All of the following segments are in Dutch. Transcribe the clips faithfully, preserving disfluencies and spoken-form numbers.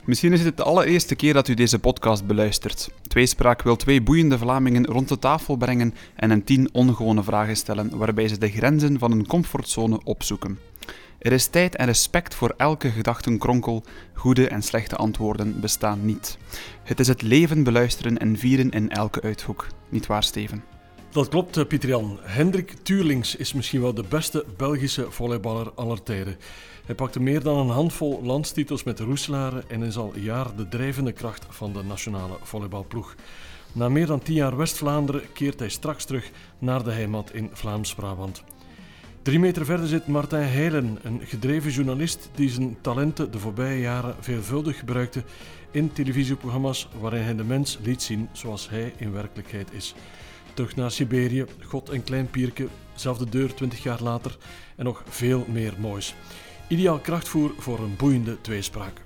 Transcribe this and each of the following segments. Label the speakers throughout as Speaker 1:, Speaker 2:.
Speaker 1: Misschien is het de allereerste keer dat u deze podcast beluistert. Tweespraak wil twee boeiende Vlamingen rond de tafel brengen en hen tien ongewone vragen stellen, waarbij ze de grenzen van hun comfortzone opzoeken. Er is tijd en respect voor elke gedachtenkronkel, goede en slechte antwoorden bestaan niet. Het is het leven beluisteren en vieren in elke uithoek. Niet waar, Steven?
Speaker 2: Dat klopt, Pieter-Jan. Hendrik Tuurlings is misschien wel de beste Belgische volleyballer aller tijden. Hij pakte meer dan een handvol landstitels met de Roeselare en is al jaren de drijvende kracht van de nationale volleybalploeg. Na meer dan tien jaar West-Vlaanderen keert hij straks terug naar de heimat in Vlaams-Brabant. Drie meter verder zit Martijn Heijlen, een gedreven journalist die zijn talenten de voorbije jaren veelvuldig gebruikte in televisieprogramma's waarin hij de mens liet zien zoals hij in werkelijkheid is. Terug naar Siberië, God en Klein Pierke, zelfde deur twintig jaar later en nog veel meer moois. Ideaal krachtvoer voor een boeiende tweespraak.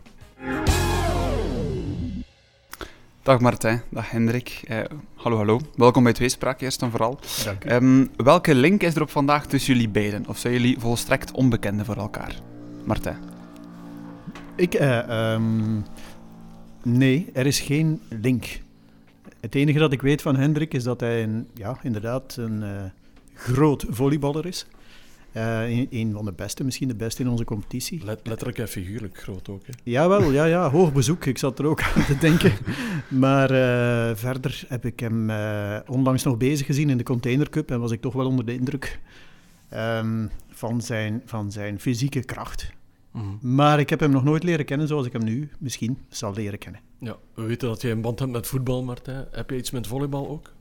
Speaker 1: Dag Martijn, dag Hendrik. Eh, hallo, hallo. Welkom bij Tweespraak eerst en vooral.
Speaker 3: Dank u.
Speaker 1: Um, welke link is er op vandaag tussen jullie beiden? Of zijn jullie volstrekt onbekenden voor elkaar? Martijn?
Speaker 3: Ik, uh, um, nee, er is geen link. Het enige dat ik weet van Hendrik is dat hij een, ja, inderdaad een uh, groot volleyballer is. Uh, een, een van de beste, misschien de beste in onze competitie.
Speaker 2: Let, letterlijk en figuurlijk groot ook. Hè?
Speaker 3: Jawel, ja, ja, hoog bezoek. Ik zat er ook aan te denken. Maar uh, verder heb ik hem uh, onlangs nog bezig gezien in de Container Cup en was ik toch wel onder de indruk um, van, zijn, van zijn fysieke kracht. Mm-hmm. Maar ik heb hem nog nooit leren kennen zoals ik hem nu misschien zal leren kennen.
Speaker 2: Ja, we weten dat jij een band hebt met voetbal, Martijn. Heb je iets met volleybal ook?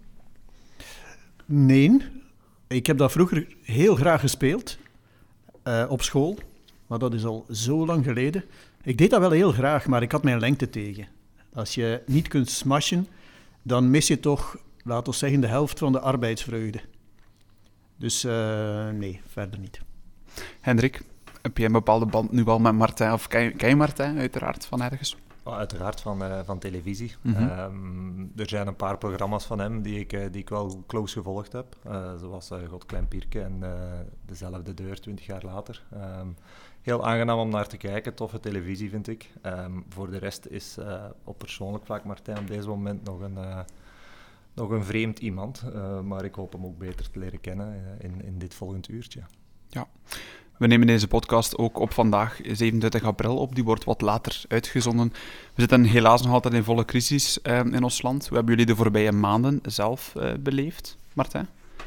Speaker 3: Nee. Ik heb dat vroeger heel graag gespeeld, uh, op school, maar dat is al zo lang geleden. Ik deed dat wel heel graag, maar ik had mijn lengte tegen. Als je niet kunt smashen, dan mis je toch, laten we zeggen, de helft van de arbeidsvreugde. Dus uh, nee, verder niet.
Speaker 1: Hendrik, heb jij een bepaalde band nu al met Martijn? Of ken je, ken je Martijn uiteraard van ergens?
Speaker 4: Oh, uiteraard van, uh, van televisie.
Speaker 1: Mm-hmm.
Speaker 4: Um, er zijn een paar programma's van hem die ik, uh, die ik wel close gevolgd heb. Uh, zoals uh, God Klein Pierke en uh, Dezelfde Deur, twintig jaar later. Um, heel aangenaam om naar te kijken, toffe televisie vind ik. Um, voor de rest is uh, op persoonlijk vlak Martijn op deze moment nog een, uh, nog een vreemd iemand. Uh, maar ik hoop hem ook beter te leren kennen uh, in, in dit volgend uurtje.
Speaker 1: Ja. We nemen deze podcast ook op vandaag, zevenentwintig april, op. Die wordt wat later uitgezonden. We zitten helaas nog altijd in volle crisis uh, in ons land. Hoe hebben jullie de voorbije maanden zelf uh, beleefd, Martijn?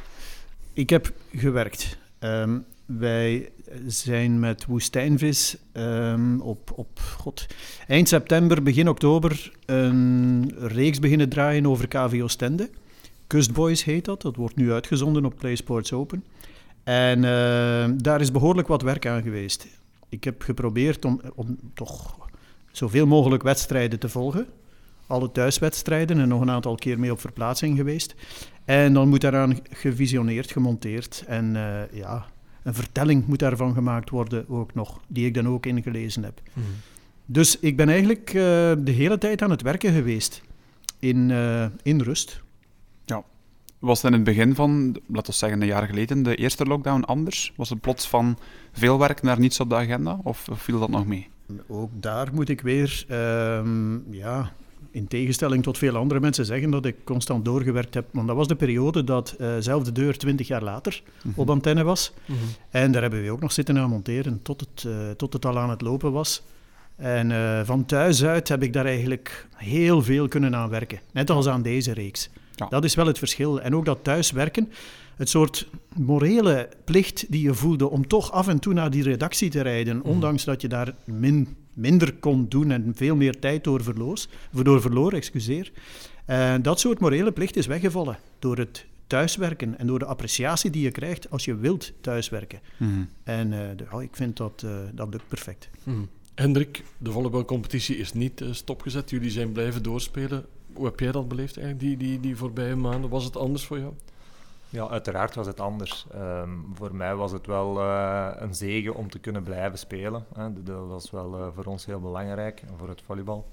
Speaker 3: Ik heb gewerkt. Um, wij zijn met Woestijnvis um, op, op God, eind september, begin oktober een reeks beginnen draaien over K V Oostende. Kustboys heet dat. Dat wordt nu uitgezonden op Play Sports Open. En uh, daar is behoorlijk wat werk aan geweest. Ik heb geprobeerd om, om toch zoveel mogelijk wedstrijden te volgen. Alle thuiswedstrijden en nog een aantal keer mee op verplaatsing geweest. En dan moet daaraan gevisioneerd, gemonteerd. En uh, ja, een vertelling moet daarvan gemaakt worden ook nog, die ik dan ook ingelezen heb. Mm. Dus ik ben eigenlijk uh, de hele tijd aan het werken geweest. In, uh, in rust.
Speaker 1: Ja. Was het in het begin van, laten we zeggen een jaar geleden, de eerste lockdown anders? Was het plots van veel werk naar niets op de agenda? Of viel dat nog mee?
Speaker 3: Ook daar moet ik weer, um, ja, in tegenstelling tot veel andere mensen zeggen dat ik constant doorgewerkt heb. Want dat was de periode dat uh, Zelfde Deur twintig jaar later mm-hmm. op antenne was. Mm-hmm. En daar hebben we ook nog zitten aan monteren tot het, uh, tot het al aan het lopen was. En uh, van thuis uit heb ik daar eigenlijk heel veel kunnen aan werken. Net als aan deze reeks. Ja. Dat is wel het verschil. En ook dat thuiswerken, het soort morele plicht die je voelde om toch af en toe naar die redactie te rijden, mm. ondanks dat je daar min, minder kon doen en veel meer tijd door verloor, door verloor excuseer. Uh, dat soort morele plicht is weggevallen door het thuiswerken en door de appreciatie die je krijgt als je wilt thuiswerken. Mm. En uh, de, oh, ik vind dat, uh, dat lukt perfect.
Speaker 2: Mm. Hendrik, de volleybalcompetitie is niet uh, stopgezet. Jullie zijn blijven doorspelen. Hoe heb jij dat beleefd eigenlijk, die, die, die voorbije maanden? Was het anders voor jou?
Speaker 4: Ja, uiteraard was het anders. Um, voor mij was het wel uh, een zegen om te kunnen blijven spelen. Hè. Dat was wel uh, voor ons heel belangrijk, voor het volleybal.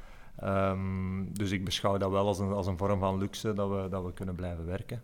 Speaker 4: Um, dus ik beschouw dat wel als een, als een vorm van luxe, dat we, dat we kunnen blijven werken.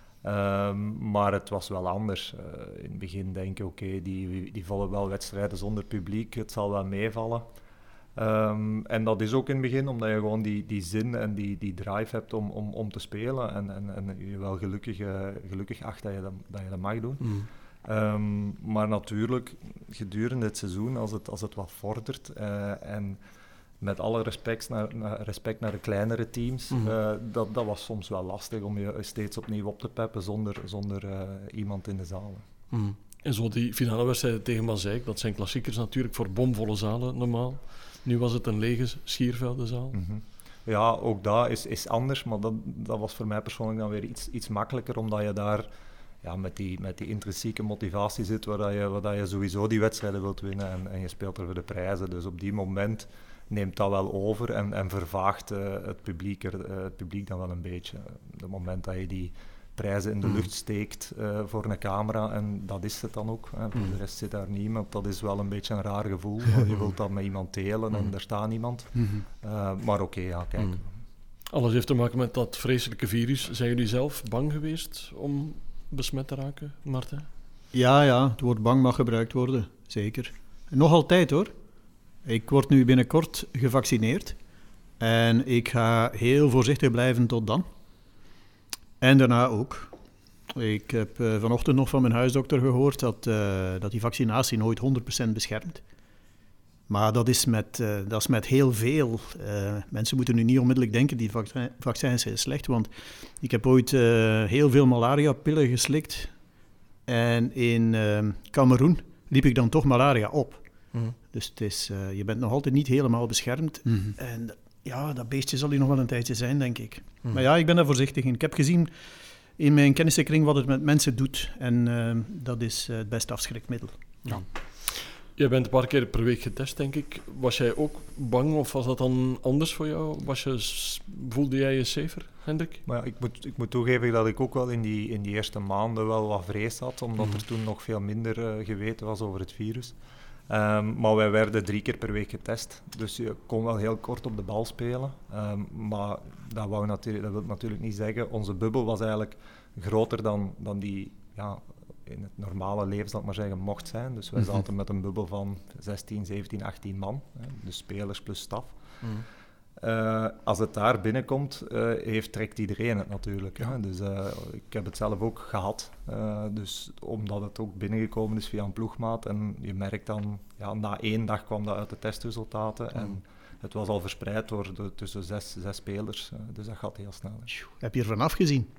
Speaker 4: Um, maar het was wel anders. Uh, in het begin denk ik, oké, okay, die, die volleybalwedstrijden zonder publiek, het zal wel meevallen. Um, en dat is ook in het begin omdat je gewoon die, die zin en die, die drive hebt om, om, om te spelen en, en, en je wel gelukkig, uh, gelukkig acht dat je dat, dat je dat mag doen. Mm. Um, maar natuurlijk, gedurende het seizoen, als het, als het wat vordert uh, en met alle respect naar, naar, respect naar de kleinere teams, mm. uh, dat, dat was soms wel lastig om je steeds opnieuw op te peppen zonder, zonder uh, iemand in de zaal.
Speaker 2: Mm. En zo die finale wedstrijden tegen Mazijk, dat zijn klassiekers natuurlijk voor bomvolle zalen normaal. Nu was het een lege Schierveldenzaal.
Speaker 4: Mm-hmm. Ja, ook dat is, is anders, maar dat, dat was voor mij persoonlijk dan weer iets, iets makkelijker, omdat je daar ja, met, die, met die intrinsieke motivatie zit, waar, dat je, waar dat je sowieso die wedstrijden wilt winnen en, en je speelt er voor de prijzen. Dus op die moment neemt dat wel over en, en vervaagt uh, het, publiek er, uh, het publiek dan wel een beetje. Op het moment dat je die prijzen in de lucht steekt uh, voor een camera en dat is het dan ook. Hè. Voor de rest zit daar niemand. Dat is wel een beetje een raar gevoel. Je wilt dat met iemand delen en er staat niemand. Uh, maar oké, okay, ja, kijk.
Speaker 2: Alles heeft te maken met dat vreselijke virus. Zijn jullie zelf bang geweest om besmet te raken, Martijn?
Speaker 3: Ja, ja, het woord bang mag gebruikt worden, zeker. Nog altijd hoor. Ik word nu binnenkort gevaccineerd en ik ga heel voorzichtig blijven tot dan. En daarna ook. Ik heb uh, vanochtend nog van mijn huisdokter gehoord dat, uh, dat die vaccinatie nooit honderd procent beschermt. Maar dat is met, uh, dat is met heel veel. Uh, mensen moeten nu niet onmiddellijk denken die vac- vaccins zijn slecht, want ik heb ooit uh, heel veel malaria-pillen geslikt. En in Kameroen uh, liep ik dan toch malaria op. Mm. Dus het is, uh, je bent nog altijd niet helemaal beschermd. Mm-hmm. En ja, dat beestje zal hier nog wel een tijdje zijn, denk ik. Mm. Maar ja, ik ben daar voorzichtig in. Ik heb gezien in mijn kennissenkring wat het met mensen doet. En uh, dat is uh, het beste afschrikmiddel.
Speaker 2: Ja. Jij bent een paar keer per week getest, denk ik. Was jij ook bang of was dat dan anders voor jou? Was je, voelde jij je safer, Hendrik?
Speaker 4: Maar ja, ik, moet, ik moet toegeven dat ik ook wel in die, in die eerste maanden wel wat vrees had, omdat mm. er toen nog veel minder uh, geweten was over het virus. Um, maar wij werden drie keer per week getest, dus je kon wel heel kort op de bal spelen. Um, maar dat, wou natuurlijk, dat wil natuurlijk niet zeggen, onze bubbel was eigenlijk groter dan, dan die ja, in het normale leven, zal ik maar zeggen, mocht zijn. Dus wij zaten met een bubbel van zestien, zeventien, achttien man, hè, dus spelers plus staf. Mm. Uh, als het daar binnenkomt, uh, heeft, trekt iedereen het natuurlijk. Ja. Hè? Dus uh, ik heb het zelf ook gehad. Uh, dus omdat het ook binnengekomen is via een ploegmaat. En je merkt dan, ja, na één dag kwam dat uit de testresultaten. Mm. En het was al verspreid door de, tussen zes, zes spelers. Uh, dus dat gaat heel snel.
Speaker 3: Heb je ervan afgezien?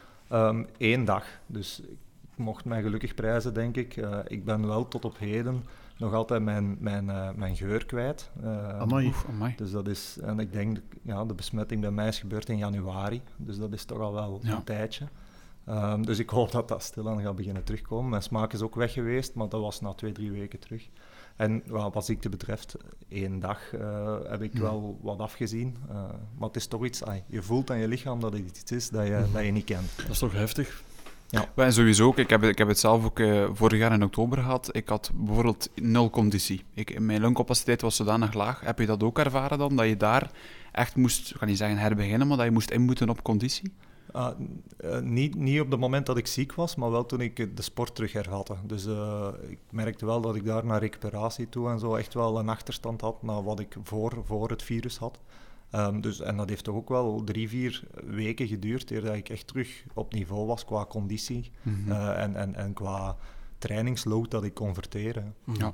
Speaker 4: Um, Eén dag. Dus ik mocht mij gelukkig prijzen, denk ik. Uh, ik ben wel tot op heden nog altijd mijn, mijn, uh, mijn geur kwijt. Uh,
Speaker 3: amai. Oef, amai.
Speaker 4: Dus dat is, en ik denk, ja, de besmetting bij mij is gebeurd in januari, dus dat is toch al wel ja. een tijdje. Um, dus ik hoop dat dat stilaan gaat beginnen terugkomen. Mijn smaak is ook weg geweest, maar dat was na twee, drie weken terug. En well, wat ziekte betreft, één dag uh, heb ik ja. wel wat afgezien. Uh, maar het is toch iets, ay, je voelt aan je lichaam dat het iets is dat je, dat je niet kent.
Speaker 2: Dat is toch heftig?
Speaker 1: Ja. En sowieso ook, ik heb, ik heb het zelf ook uh, vorig jaar in oktober gehad. Ik had bijvoorbeeld nul conditie. Ik, mijn lungcapaciteit was zodanig laag. Heb je dat ook ervaren dan? Dat je daar echt moest, ik kan niet zeggen herbeginnen, maar dat je moest inmoeten op conditie?
Speaker 4: Uh, uh, niet, niet op het moment dat ik ziek was, maar wel toen ik de sport terug hervatte. Dus uh, ik merkte wel dat ik daar naar recuperatie toe en zo echt wel een achterstand had naar wat ik voor, voor het virus had. Um, dus, en dat heeft toch ook wel drie, vier weken geduurd eer dat ik echt terug op niveau was qua conditie mm-hmm. uh, en, en, en qua trainingsload dat ik kon verteren.
Speaker 2: Ja.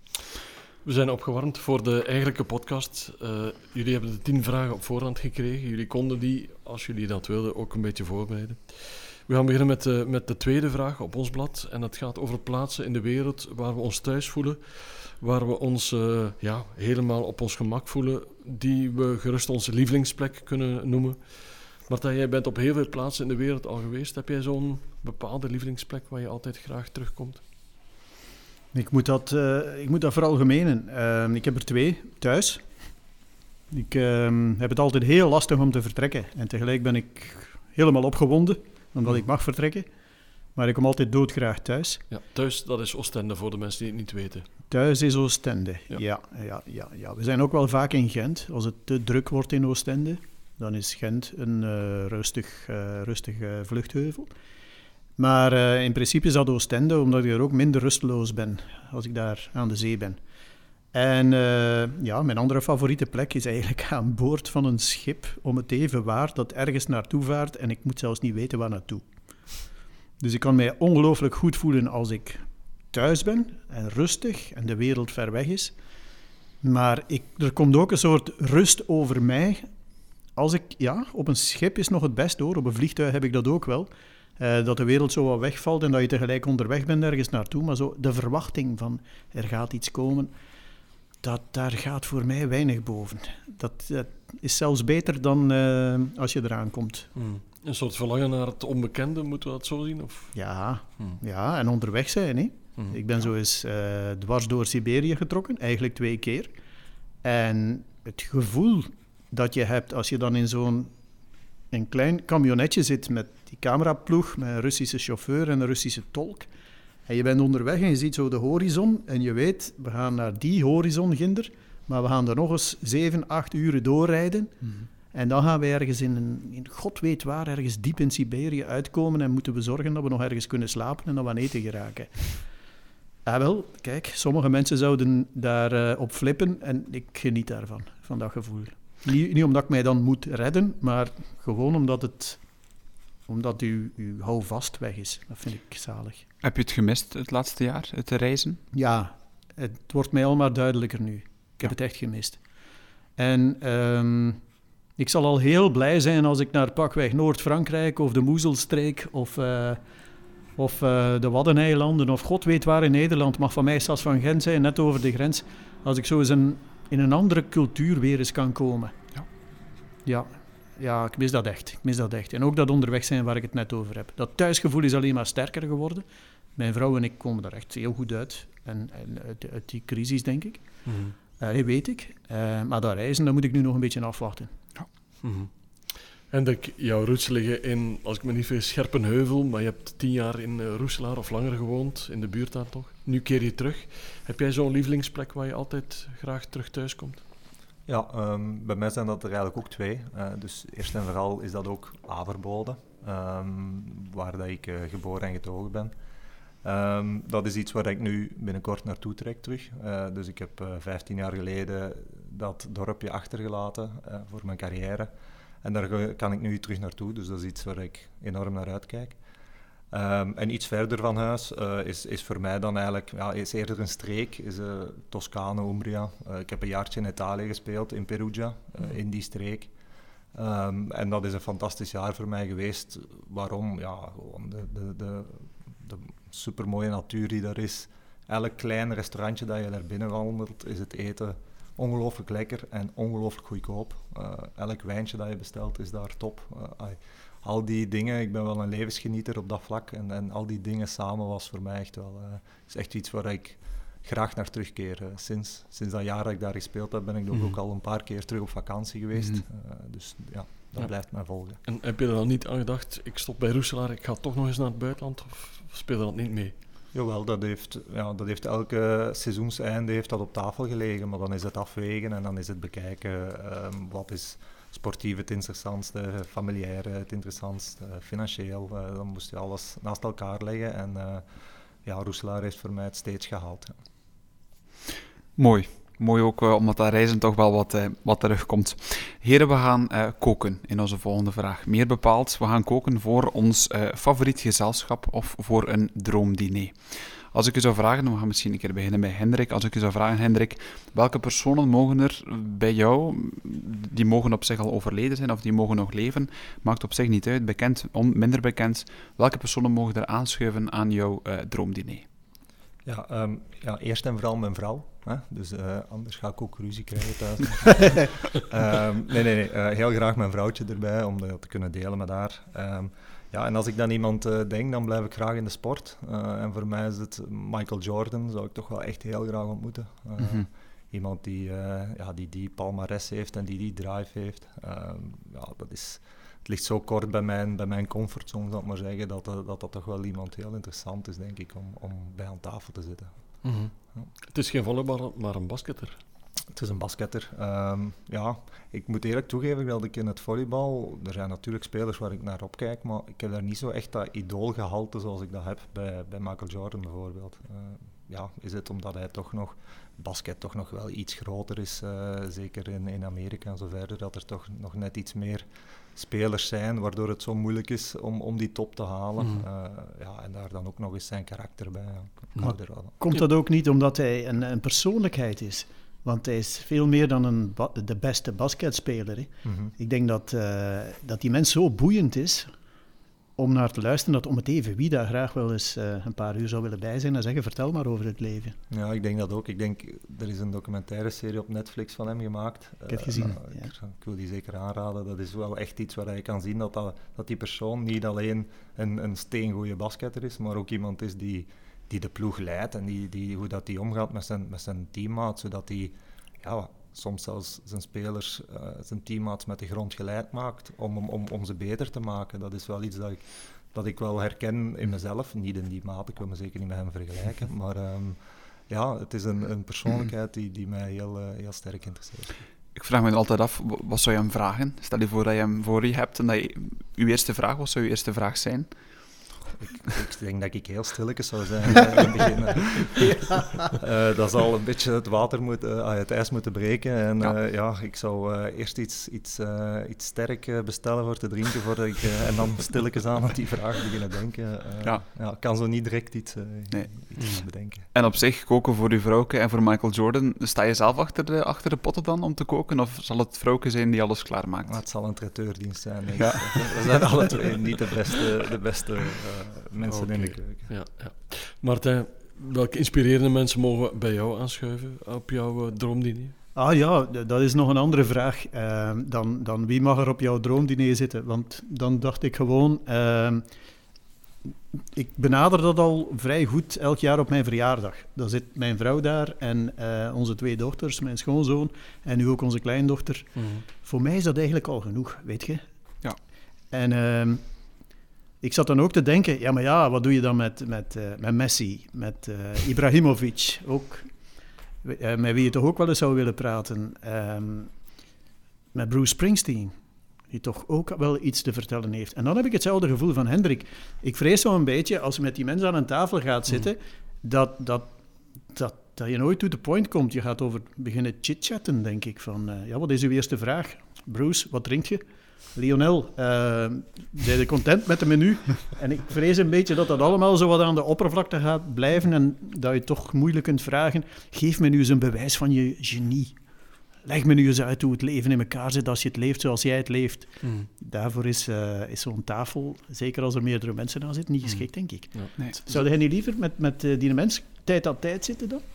Speaker 2: We zijn opgewarmd voor de eigenlijke podcast. Uh, jullie hebben de tien vragen op voorhand gekregen. Jullie konden die, als jullie dat wilden, ook een beetje voorbereiden. We gaan beginnen met de, met de tweede vraag op ons blad. En dat gaat over plaatsen in de wereld waar we ons thuis voelen. Waar we ons uh, ja, helemaal op ons gemak voelen. Die we gerust onze lievelingsplek kunnen noemen. Martijn, jij bent op heel veel plaatsen in de wereld al geweest. Heb jij zo'n bepaalde lievelingsplek waar je altijd graag terugkomt?
Speaker 3: Ik moet dat, uh, ik moet dat veralgemenen. Uh, ik heb er twee thuis. Ik uh, heb het altijd heel lastig om te vertrekken. En tegelijk ben ik helemaal opgewonden, omdat ik mag vertrekken. Maar ik kom altijd doodgraag thuis.
Speaker 2: Ja, thuis, dat is Oostende voor de mensen die het niet weten.
Speaker 3: Thuis is Oostende, ja. Ja, ja, ja, ja. We zijn ook wel vaak in Gent. Als het te druk wordt in Oostende, dan is Gent een uh, rustig, uh, rustig uh, vluchtheuvel. Maar uh, in principe is dat Oostende, omdat ik er ook minder rusteloos ben als ik daar aan de zee ben. En uh, ja, mijn andere favoriete plek is eigenlijk aan boord van een schip om het even waar dat ergens naartoe vaart en ik moet zelfs niet weten waar naartoe. Dus ik kan mij ongelooflijk goed voelen als ik thuis ben en rustig en de wereld ver weg is. Maar ik, er komt ook een soort rust over mij. Als ik, ja, op een schip is nog het best hoor, op een vliegtuig heb ik dat ook wel. Uh, dat de wereld zo wat wegvalt en dat je tegelijk onderweg bent ergens naartoe. Maar zo de verwachting van er gaat iets komen, dat, daar gaat voor mij weinig boven. Dat, dat is zelfs beter dan uh, als je eraan komt.
Speaker 2: Hmm. Een soort verlangen naar het onbekende, moeten we dat zo zien? Of?
Speaker 3: Ja, hmm. ja, en onderweg zijn. Hè. Hmm. Ik ben zo eens uh, dwars door Siberië getrokken, eigenlijk twee keer. En het gevoel dat je hebt als je dan in zo'n een klein camionetje zit met die cameraploeg, met een Russische chauffeur en een Russische tolk. En je bent onderweg en je ziet zo de horizon en je weet, we gaan naar die horizon ginder, maar we gaan er nog eens zeven, acht uren doorrijden. Mm-hmm. En dan gaan we ergens in, een, in god weet waar, ergens diep in Siberië uitkomen en moeten we zorgen dat we nog ergens kunnen slapen en dat we aan eten geraken. Ah wel, kijk, sommige mensen zouden daar uh, op flippen en ik geniet daarvan, van dat gevoel. Niet, niet omdat ik mij dan moet redden, maar gewoon omdat het, omdat uw, uw houvast weg is. Dat vind ik zalig.
Speaker 1: Heb je het gemist het laatste jaar, het reizen?
Speaker 3: Ja, het wordt mij al maar duidelijker nu. Ik heb ja. het echt gemist. En um, ik zal al heel blij zijn als ik naar pakweg Noord-Frankrijk of de Moezelstreek of, uh, of uh, de Waddeneilanden of god weet waar in Nederland, mag van mij Sas van Gent zijn, net over de grens, als ik zo eens een, in een andere cultuur weer eens kan komen.
Speaker 1: Ja.
Speaker 3: Ja. Ja, ik mis dat echt. Ik mis dat echt. En ook dat onderweg zijn waar ik het net over heb. Dat thuisgevoel is alleen maar sterker geworden. Mijn vrouw en ik komen daar echt heel goed uit. En, en uit, uit die crisis, denk ik. Mm-hmm. Uh, weet ik. Uh, maar dat reizen, dat moet ik nu nog een beetje afwachten.
Speaker 2: Ja. Mm-hmm. Hendrik, jouw roots liggen in, als ik me niet vergis, Scherpenheuvel. Maar je hebt tien jaar in uh, Roeselaar of langer gewoond. In de buurt daar toch? Nu keer je terug. Heb jij zo'n lievelingsplek waar je altijd graag terug thuis komt?
Speaker 4: Ja, um, bij mij zijn dat er eigenlijk ook twee. Uh, dus eerst en vooral is dat ook Averboden, um, waar dat ik uh, geboren en getogen ben. Um, dat is iets waar ik nu binnenkort naartoe trek terug. Uh, dus ik heb uh, vijftien jaar geleden dat dorpje achtergelaten uh, voor mijn carrière. En daar kan ik nu terug naartoe, dus dat is iets waar ik enorm naar uitkijk. Um, en iets verder van huis uh, is, is voor mij dan eigenlijk ja, is eerder een streek, is uh, Toscane, Umbria. Uh, ik heb een jaartje in Italië gespeeld, in Perugia, uh, in die streek. Um, en dat is een fantastisch jaar voor mij geweest. Waarom? Ja, gewoon de, de, de, de supermooie natuur die daar is. Elk klein restaurantje dat je daar binnen wandelt, is het eten ongelooflijk lekker en ongelooflijk goedkoop. Uh, elk wijntje dat je bestelt is daar top. Uh, Al die dingen, ik ben wel een levensgenieter op dat vlak en, en al die dingen samen was voor mij echt wel, uh, is echt iets waar ik graag naar terugkeer. Uh, sinds, sinds dat jaar dat ik daar gespeeld heb, ben ik mm-hmm. ook al een paar keer terug op vakantie geweest. Mm-hmm. Uh, dus ja, dat ja. blijft mij volgen.
Speaker 2: En heb je er dan niet aan gedacht, ik stop bij Roeselaar, ik ga toch nog eens naar het buitenland, of speelde dat niet mee?
Speaker 4: Jawel, dat heeft, ja, dat heeft elke seizoenseinde heeft dat op tafel gelegen, maar dan is het afwegen en dan is het bekijken um, wat is sportief het interessantste, familiair het interessantste, financieel. Uh, dan moest je alles naast elkaar leggen en uh, ja, Roeselaar heeft voor mij het steeds gehaald. Ja.
Speaker 1: Mooi. Mooi ook, uh, omdat dat reizen toch wel wat, uh, wat terugkomt. Heren, we gaan uh, koken in onze volgende vraag. Meer bepaald, we gaan koken voor ons uh, favoriet gezelschap of voor een droomdiner. Als ik u zou vragen, we gaan misschien een keer beginnen bij Hendrik. Als ik u zou vragen, Hendrik, welke personen mogen er bij jou, die mogen op zich al overleden zijn of die mogen nog leven, maakt op zich niet uit, bekend, on, minder bekend, welke personen mogen er aanschuiven aan jouw uh, droomdiner?
Speaker 4: Ja, um, ja, eerst en vooral mijn vrouw. Hè? Dus uh, anders ga ik ook ruzie krijgen thuis. um, nee, nee, nee. Uh, heel graag mijn vrouwtje erbij, om dat te kunnen delen met haar. Um, ja, en als ik dan iemand uh, denk, dan blijf ik graag in de sport. Uh, en voor mij is het Michael Jordan, zou ik toch wel echt heel graag ontmoeten. Uh, mm-hmm. Iemand die, uh, ja, die die palmares heeft en die die drive heeft. Uh, ja, dat is... Het ligt zo kort bij mijn, bij mijn comfortzone, zal ik maar zeggen, dat, uh, dat dat toch wel iemand heel interessant is, denk ik, om, om bij aan tafel te zitten.
Speaker 2: Mm-hmm. Ja. Het is geen volleyballer, maar een basketter.
Speaker 4: Het is een basketter. Um, ja, ik moet eerlijk toegeven dat ik in het volleybal, er zijn natuurlijk spelers waar ik naar opkijk, maar ik heb daar niet zo echt dat idoolgehalte zoals ik dat heb bij, bij Michael Jordan bijvoorbeeld. Uh, ja, is het omdat hij toch nog, basket toch nog wel iets groter is, uh, zeker in, in Amerika en zo verder, dat er toch nog net iets meer spelers zijn, waardoor het zo moeilijk is om, om die top te halen. Mm. Uh, ja, en daar dan ook nog eens zijn karakter bij. Ja,
Speaker 3: maar komt dat ook niet omdat hij een, een persoonlijkheid is? Want hij is veel meer dan een ba- de beste basketspeler. Hè? Mm-hmm. Ik denk dat, uh, dat die mens zo boeiend is om naar te luisteren, dat om het even wie daar graag wel eens uh, een paar uur zou willen bij zijn en zeggen, vertel maar over het leven.
Speaker 4: Ja, ik denk dat ook. Ik denk, er is een documentaire serie op Netflix van hem gemaakt.
Speaker 3: Ik heb het gezien. Uh,
Speaker 4: uh,
Speaker 3: ja.
Speaker 4: ik, ik wil die zeker aanraden. Dat is wel echt iets waar je kan zien dat, dat, dat die persoon niet alleen een, een steengoeie basketter is, maar ook iemand is die, die de ploeg leidt en die, die, hoe dat die omgaat met zijn, met zijn teammaat, zodat hij ja, soms zelfs zijn spelers, uh, zijn teammaats met de grond geleid maakt om, om, om, om ze beter te maken. Dat is wel iets dat ik, dat ik wel herken in mezelf. Niet in die mate, ik wil me zeker niet met hem vergelijken. Maar um, ja, het is een, een persoonlijkheid die, die mij heel, uh, heel sterk interesseert.
Speaker 1: Ik vraag me altijd af, wat zou je hem vragen? Stel je voor dat je hem voor je hebt en dat je, uw eerste vraag, wat zou uw eerste vraag zijn?
Speaker 4: Ik, ik denk dat ik heel stilletjes zou zijn uh, in het begin. Uh, dat zal een beetje het water moeten, uh, het ijs moeten breken. En ja, uh, ja ik zou uh, eerst iets, iets, uh, iets sterk uh, bestellen voor te drinken, voordat ik, uh, en dan stilletjes aan aan die vraag beginnen denken. Uh, ja. Ja, ik kan zo niet direct iets, uh, nee. iets bedenken.
Speaker 1: En op zich, koken voor uw vrouwke en voor Michael Jordan, sta je zelf achter de, achter de potten dan om te koken? Of zal het vrouwke zijn die alles klaarmaakt?
Speaker 4: Maar het zal een traiteurdienst zijn, denk ik. Ja. We zijn alle twee niet de beste, de beste uh, mensen okay. in de keuken.
Speaker 2: Ja, ja. Martijn, welke inspirerende mensen mogen bij jou aanschuiven op jouw uh, droomdiner?
Speaker 3: Ah ja, d- dat is nog een andere vraag uh, dan, dan wie mag er op jouw droomdiner zitten. Want dan dacht ik gewoon, uh, ik benader dat al vrij goed elk jaar op mijn verjaardag. Dan zit mijn vrouw daar en uh, onze twee dochters, mijn schoonzoon en nu ook onze kleindochter. Mm-hmm. Voor mij is dat eigenlijk al genoeg, weet je.
Speaker 1: Ja.
Speaker 3: En uh, ik zat dan ook te denken, ja maar ja, wat doe je dan met, met, uh, met Messi, met uh, Ibrahimovic, ook, uh, met wie je toch ook wel eens zou willen praten, um, met Bruce Springsteen, die toch ook wel iets te vertellen heeft. En dan heb ik hetzelfde gevoel van Hendrik. Ik vrees zo een beetje, als je met die mensen aan een tafel gaat zitten, mm. dat, dat, dat, dat je nooit to the point komt. Je gaat over beginnen chit-chatten, denk ik, van, uh, ja, wat is uw eerste vraag? Bruce, wat drink je? Lionel, uh, zijn je content met het menu? En ik vrees een beetje dat dat allemaal zo wat aan de oppervlakte gaat blijven en dat je toch moeilijk kunt vragen, geef me nu eens een bewijs van je genie. Leg me nu eens uit hoe het leven in elkaar zit als je het leeft zoals jij het leeft. Mm. Daarvoor is, uh, is zo'n tafel, zeker als er meerdere mensen aan zitten, niet geschikt, denk ik. Ja. Nee. Zou jij niet liever met, met uh, die mens tijd aan tijd zitten dan?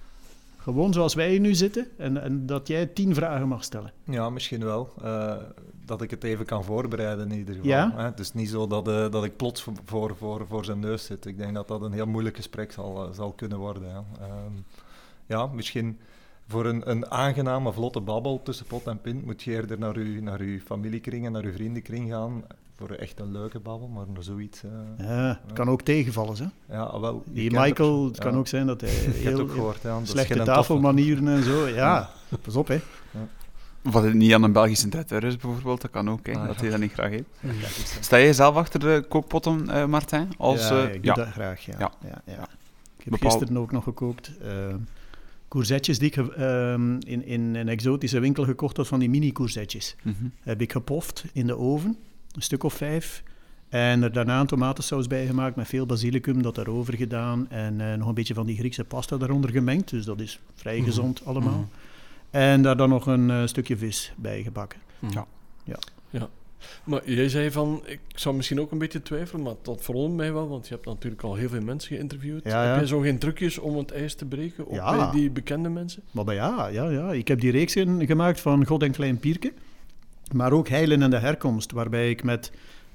Speaker 3: Gewoon zoals wij hier nu zitten en, en dat jij tien vragen mag stellen.
Speaker 4: Ja, misschien wel. Uh, dat ik het even kan voorbereiden in ieder geval.
Speaker 3: Ja?
Speaker 4: Hè? Het is niet zo dat, uh, dat ik plots voor, voor, voor zijn neus zit. Ik denk dat dat een heel moeilijk gesprek zal, uh, zal kunnen worden. Ja, um, ja misschien voor een, een aangename, vlotte babbel tussen pot en pint moet je eerder naar uw, naar uw familiekring en naar uw vriendenkring gaan. Voor echt een leuke babbel, maar naar zoiets... Uh,
Speaker 3: ja, het ja. kan ook tegenvallen, hè?
Speaker 4: Ja, wel.
Speaker 3: Die Michael, het, het kan ja. ook zijn dat hij heel,
Speaker 4: ook gehoord, ja, dat
Speaker 3: slechte tafelmanieren en zo. Ja, ja, pas op, hè. Ja.
Speaker 1: Of dat het niet aan een Belgische traiteur is, bijvoorbeeld, dat kan ook, hè, ah, dat ja. hij dat niet graag heeft. Ja. Sta jij zelf achter de kookpotten, uh, Martijn? Als,
Speaker 3: ja,
Speaker 1: uh,
Speaker 3: ik
Speaker 1: ja.
Speaker 3: doe dat graag, ja. ja. ja, ja.
Speaker 1: ja.
Speaker 3: Ik heb Bepaal... gisteren ook nog gekookt. Uh, courgettes die ik uh, in, in een exotische winkel gekocht had, van die mini-courgettes. Mm-hmm. Heb ik gepoft in de oven, een stuk of vijf. En er daarna een tomatensaus bij gemaakt met veel basilicum, dat erover gedaan. En uh, nog een beetje van die Griekse pasta daaronder gemengd. Dus dat is vrij mm-hmm. gezond allemaal. Mm-hmm. En daar dan nog een uh, stukje vis bij gebakken.
Speaker 1: Mm-hmm. Ja.
Speaker 3: Ja.
Speaker 2: ja. Maar jij zei van, ik zou misschien ook een beetje twijfelen, maar dat verwondert mij wel, want je hebt natuurlijk al heel veel mensen geïnterviewd.
Speaker 3: Ja, ja.
Speaker 2: Heb jij zo geen trucjes om het ijs te breken, ook
Speaker 3: ja.
Speaker 2: bij die bekende mensen?
Speaker 3: Maar ja, ja, ja, ik heb die reeks gemaakt van God en Klein Pierke, maar ook Heilen en de Herkomst, waarbij ik met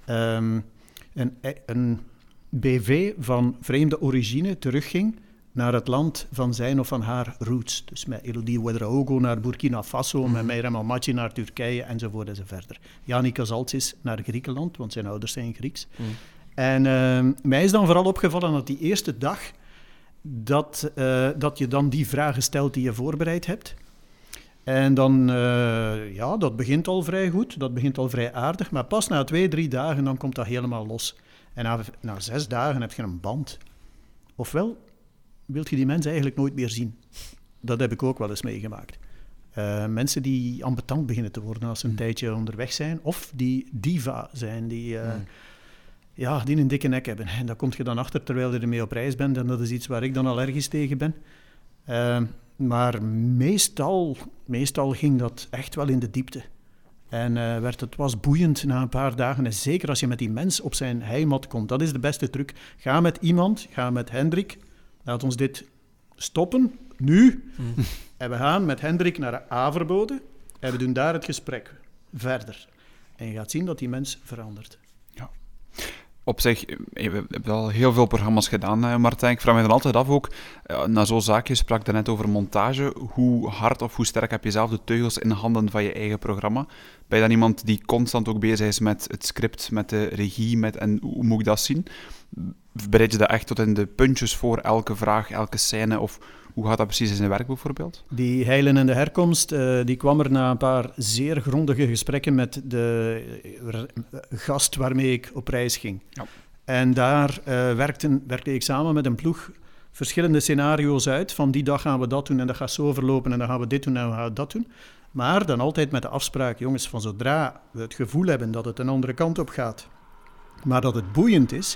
Speaker 3: um, een, een B V van vreemde origine terugging naar het land van zijn of van haar roots. Dus met Elodie Ouedraogo naar Burkina Faso, mm. met Meirem Almaty naar Turkije, enzovoort enzovoort. Yannick Kazaltzis naar Griekenland, want zijn ouders zijn Grieks. Mm. En uh, mij is dan vooral opgevallen dat die eerste dag, dat, uh, dat je dan die vragen stelt die je voorbereid hebt. En dan, uh, ja, dat begint al vrij goed, dat begint al vrij aardig, maar pas na twee, drie dagen, dan komt dat helemaal los. En na, na zes dagen heb je een band. Ofwel... wil je die mensen eigenlijk nooit meer zien. Dat heb ik ook wel eens meegemaakt. Uh, mensen die ambetant beginnen te worden als ze een mm. tijdje onderweg zijn, of die diva zijn, die, uh, mm. ja, die een dikke nek hebben. En daar kom je dan achter terwijl je ermee op reis bent, en dat is iets waar ik dan allergisch tegen ben. Uh, maar meestal, meestal ging dat echt wel in de diepte. En uh, werd, het was boeiend na een paar dagen. En zeker als je met die mens op zijn heimat komt. Dat is de beste truc. Ga met iemand, ga met Hendrik. Laat ons dit stoppen, nu. Mm. En we gaan met Hendrik naar Averboden. En we doen daar het gesprek verder. En je gaat zien dat die mens verandert.
Speaker 1: Ja. Op zich, we hebben al heel veel programma's gedaan, Martijn. Ik vraag me dan altijd af ook, na zo'n zaak, je sprak daarnet over montage, hoe hard of hoe sterk heb je zelf de teugels in handen van je eigen programma? Ben je dan iemand die constant ook bezig is met het script, met de regie, met, en hoe moet ik dat zien? Bereid je dat echt tot in de puntjes voor elke vraag, elke scène, of hoe gaat dat precies in zijn werk bijvoorbeeld?
Speaker 3: Die heilen en de herkomst, uh, die kwam er na een paar zeer grondige gesprekken met de gast waarmee ik op reis ging. Ja. En daar uh, werkte, werkte ik samen met een ploeg verschillende scenario's uit. Van die dag gaan we dat doen en dat gaat zo verlopen en dan gaan we dit doen en dan gaan we dat doen. Maar dan altijd met de afspraak, jongens, van zodra we het gevoel hebben dat het een andere kant op gaat, maar dat het boeiend is,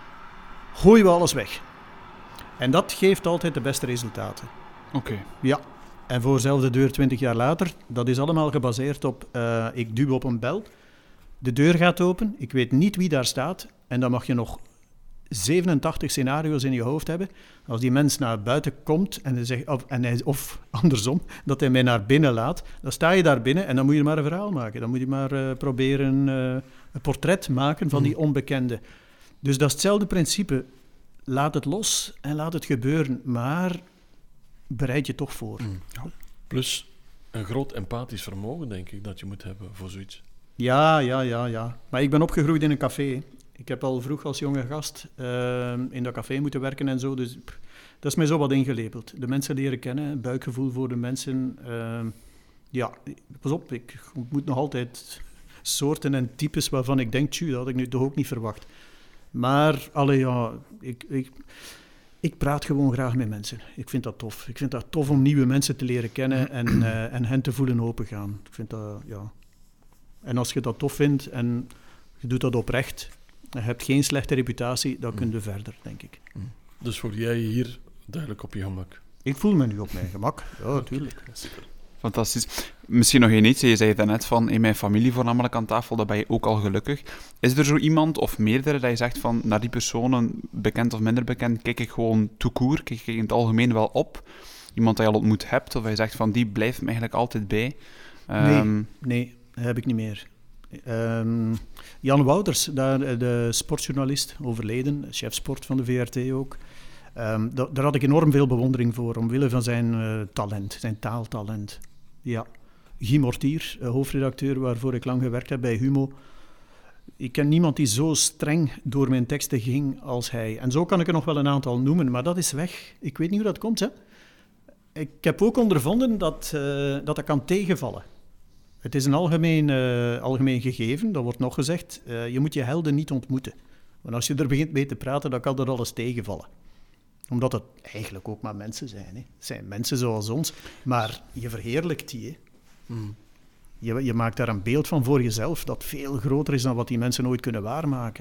Speaker 3: gooien we alles weg. En dat geeft altijd de beste resultaten.
Speaker 1: Oké. Okay.
Speaker 3: Ja. En voor dezelfde deur twintig jaar later, dat is allemaal gebaseerd op, uh, ik duw op een bel, de deur gaat open, ik weet niet wie daar staat, en dan mag je nog zevenentachtig scenario's in je hoofd hebben. Als die mens naar buiten komt, en hij zegt, of, en hij, of andersom, dat hij mij naar binnen laat, dan sta je daar binnen en dan moet je maar een verhaal maken. Dan moet je maar uh, proberen uh, een portret maken van die onbekende. Dus dat is hetzelfde principe. Laat het los en laat het gebeuren, maar bereid je toch voor. Mm.
Speaker 2: Ja. Plus een groot empathisch vermogen, denk ik, dat je moet hebben voor zoiets.
Speaker 3: Ja, ja, ja, ja. Maar ik ben opgegroeid in een café. Ik heb al vroeg als jonge gast uh, in dat café moeten werken en zo, dus pff, dat is mij zo wat ingelepeld. De mensen leren kennen, buikgevoel voor de mensen. Uh, ja, pas op, ik ontmoet nog altijd soorten en types waarvan ik denk, tjoe, dat had ik nu toch ook niet verwacht. Maar, allee, ja, ik, ik, ik praat gewoon graag met mensen. Ik vind dat tof. Ik vind dat tof om nieuwe mensen te leren kennen en, uh, en hen te voelen opengaan. Ik vind dat, ja. En als je dat tof vindt en je doet dat oprecht, je hebt geen slechte reputatie, dan kun je verder, denk ik.
Speaker 2: Dus voel jij je hier duidelijk op je gemak?
Speaker 3: Ik voel me nu op mijn gemak, ja, natuurlijk.
Speaker 1: Fantastisch. Misschien nog één iets. Je zei daarnet van, in mijn familie voornamelijk aan tafel, daar ben je ook al gelukkig. Is er zo iemand of meerdere dat je zegt van, naar die personen, bekend of minder bekend, kijk ik gewoon tout court, kijk ik in het algemeen wel op? Iemand dat je al ontmoet hebt, of dat je zegt van, die blijft me eigenlijk altijd bij?
Speaker 3: Um... Nee, nee, dat heb ik niet meer. Um, Jan Wouters, daar, de sportjournalist, overleden, chef sport van de V R T ook. Um, da- daar had ik enorm veel bewondering voor, omwille van zijn uh, talent, zijn taaltalent. Ja. Guy Mortier, uh, hoofdredacteur waarvoor ik lang gewerkt heb bij Humo. Ik ken niemand die zo streng door mijn teksten ging als hij. En zo kan ik er nog wel een aantal noemen, maar dat is weg. Ik weet niet hoe dat komt, hè. Ik heb ook ondervonden dat uh, dat, dat kan tegenvallen. Het is een algemeen, uh, algemeen gegeven, dat wordt nog gezegd. Uh, je moet je helden niet ontmoeten. Want als je er begint mee te praten, dan kan dat alles tegenvallen. Omdat het eigenlijk ook maar mensen zijn. Hè. Het zijn mensen zoals ons, maar je verheerlijkt die. Hè. Mm. Je, je maakt daar een beeld van voor jezelf dat veel groter is dan wat die mensen ooit kunnen waarmaken.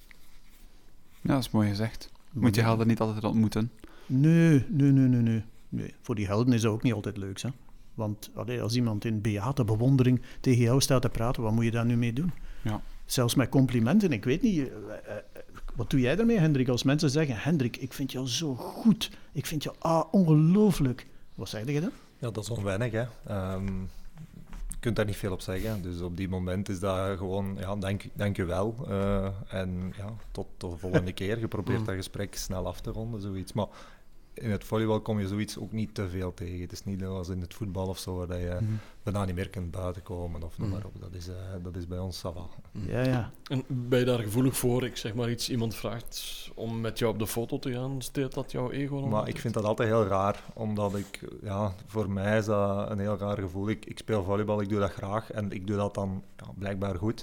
Speaker 1: Ja, dat is mooi gezegd. Moet je helden niet altijd ontmoeten?
Speaker 3: Nee, nee, nee, nee, nee. nee. Voor die helden is dat ook niet altijd leuk, hè. Want allee, als iemand in beate bewondering tegen jou staat te praten, wat moet je daar nu mee doen?
Speaker 1: Ja.
Speaker 3: Zelfs met complimenten. Ik weet niet, uh, uh, wat doe jij daarmee, Hendrik? Als mensen zeggen, Hendrik, ik vind jou zo goed. Ik vind jou ah, ongelooflijk. Wat zeg je dan?
Speaker 4: Ja, dat is onwennig, hè. Um, je kunt daar niet veel op zeggen. Dus op die moment is dat gewoon, ja, dank, dank je wel. Uh, en ja, tot, tot de volgende keer. Je probeert dat gesprek snel af te ronden, zoiets. Maar in het volleybal kom je zoiets ook niet te veel tegen. Het is niet als in het voetbal of zo, dat je mm. daarna niet meer kunt buitenkomen of noem maar op. Dat is, uh, dat is bij ons ça va.
Speaker 3: Ja, ja.
Speaker 2: En ben je daar gevoelig voor? Ik zeg maar iets, iemand vraagt om met jou op de foto te gaan, steelt dat jouw ego?
Speaker 4: Maar ik vind dat altijd heel raar, omdat ik, ja, voor mij is dat een heel raar gevoel. Ik, ik speel volleybal, ik doe dat graag en ik doe dat dan ja, blijkbaar goed.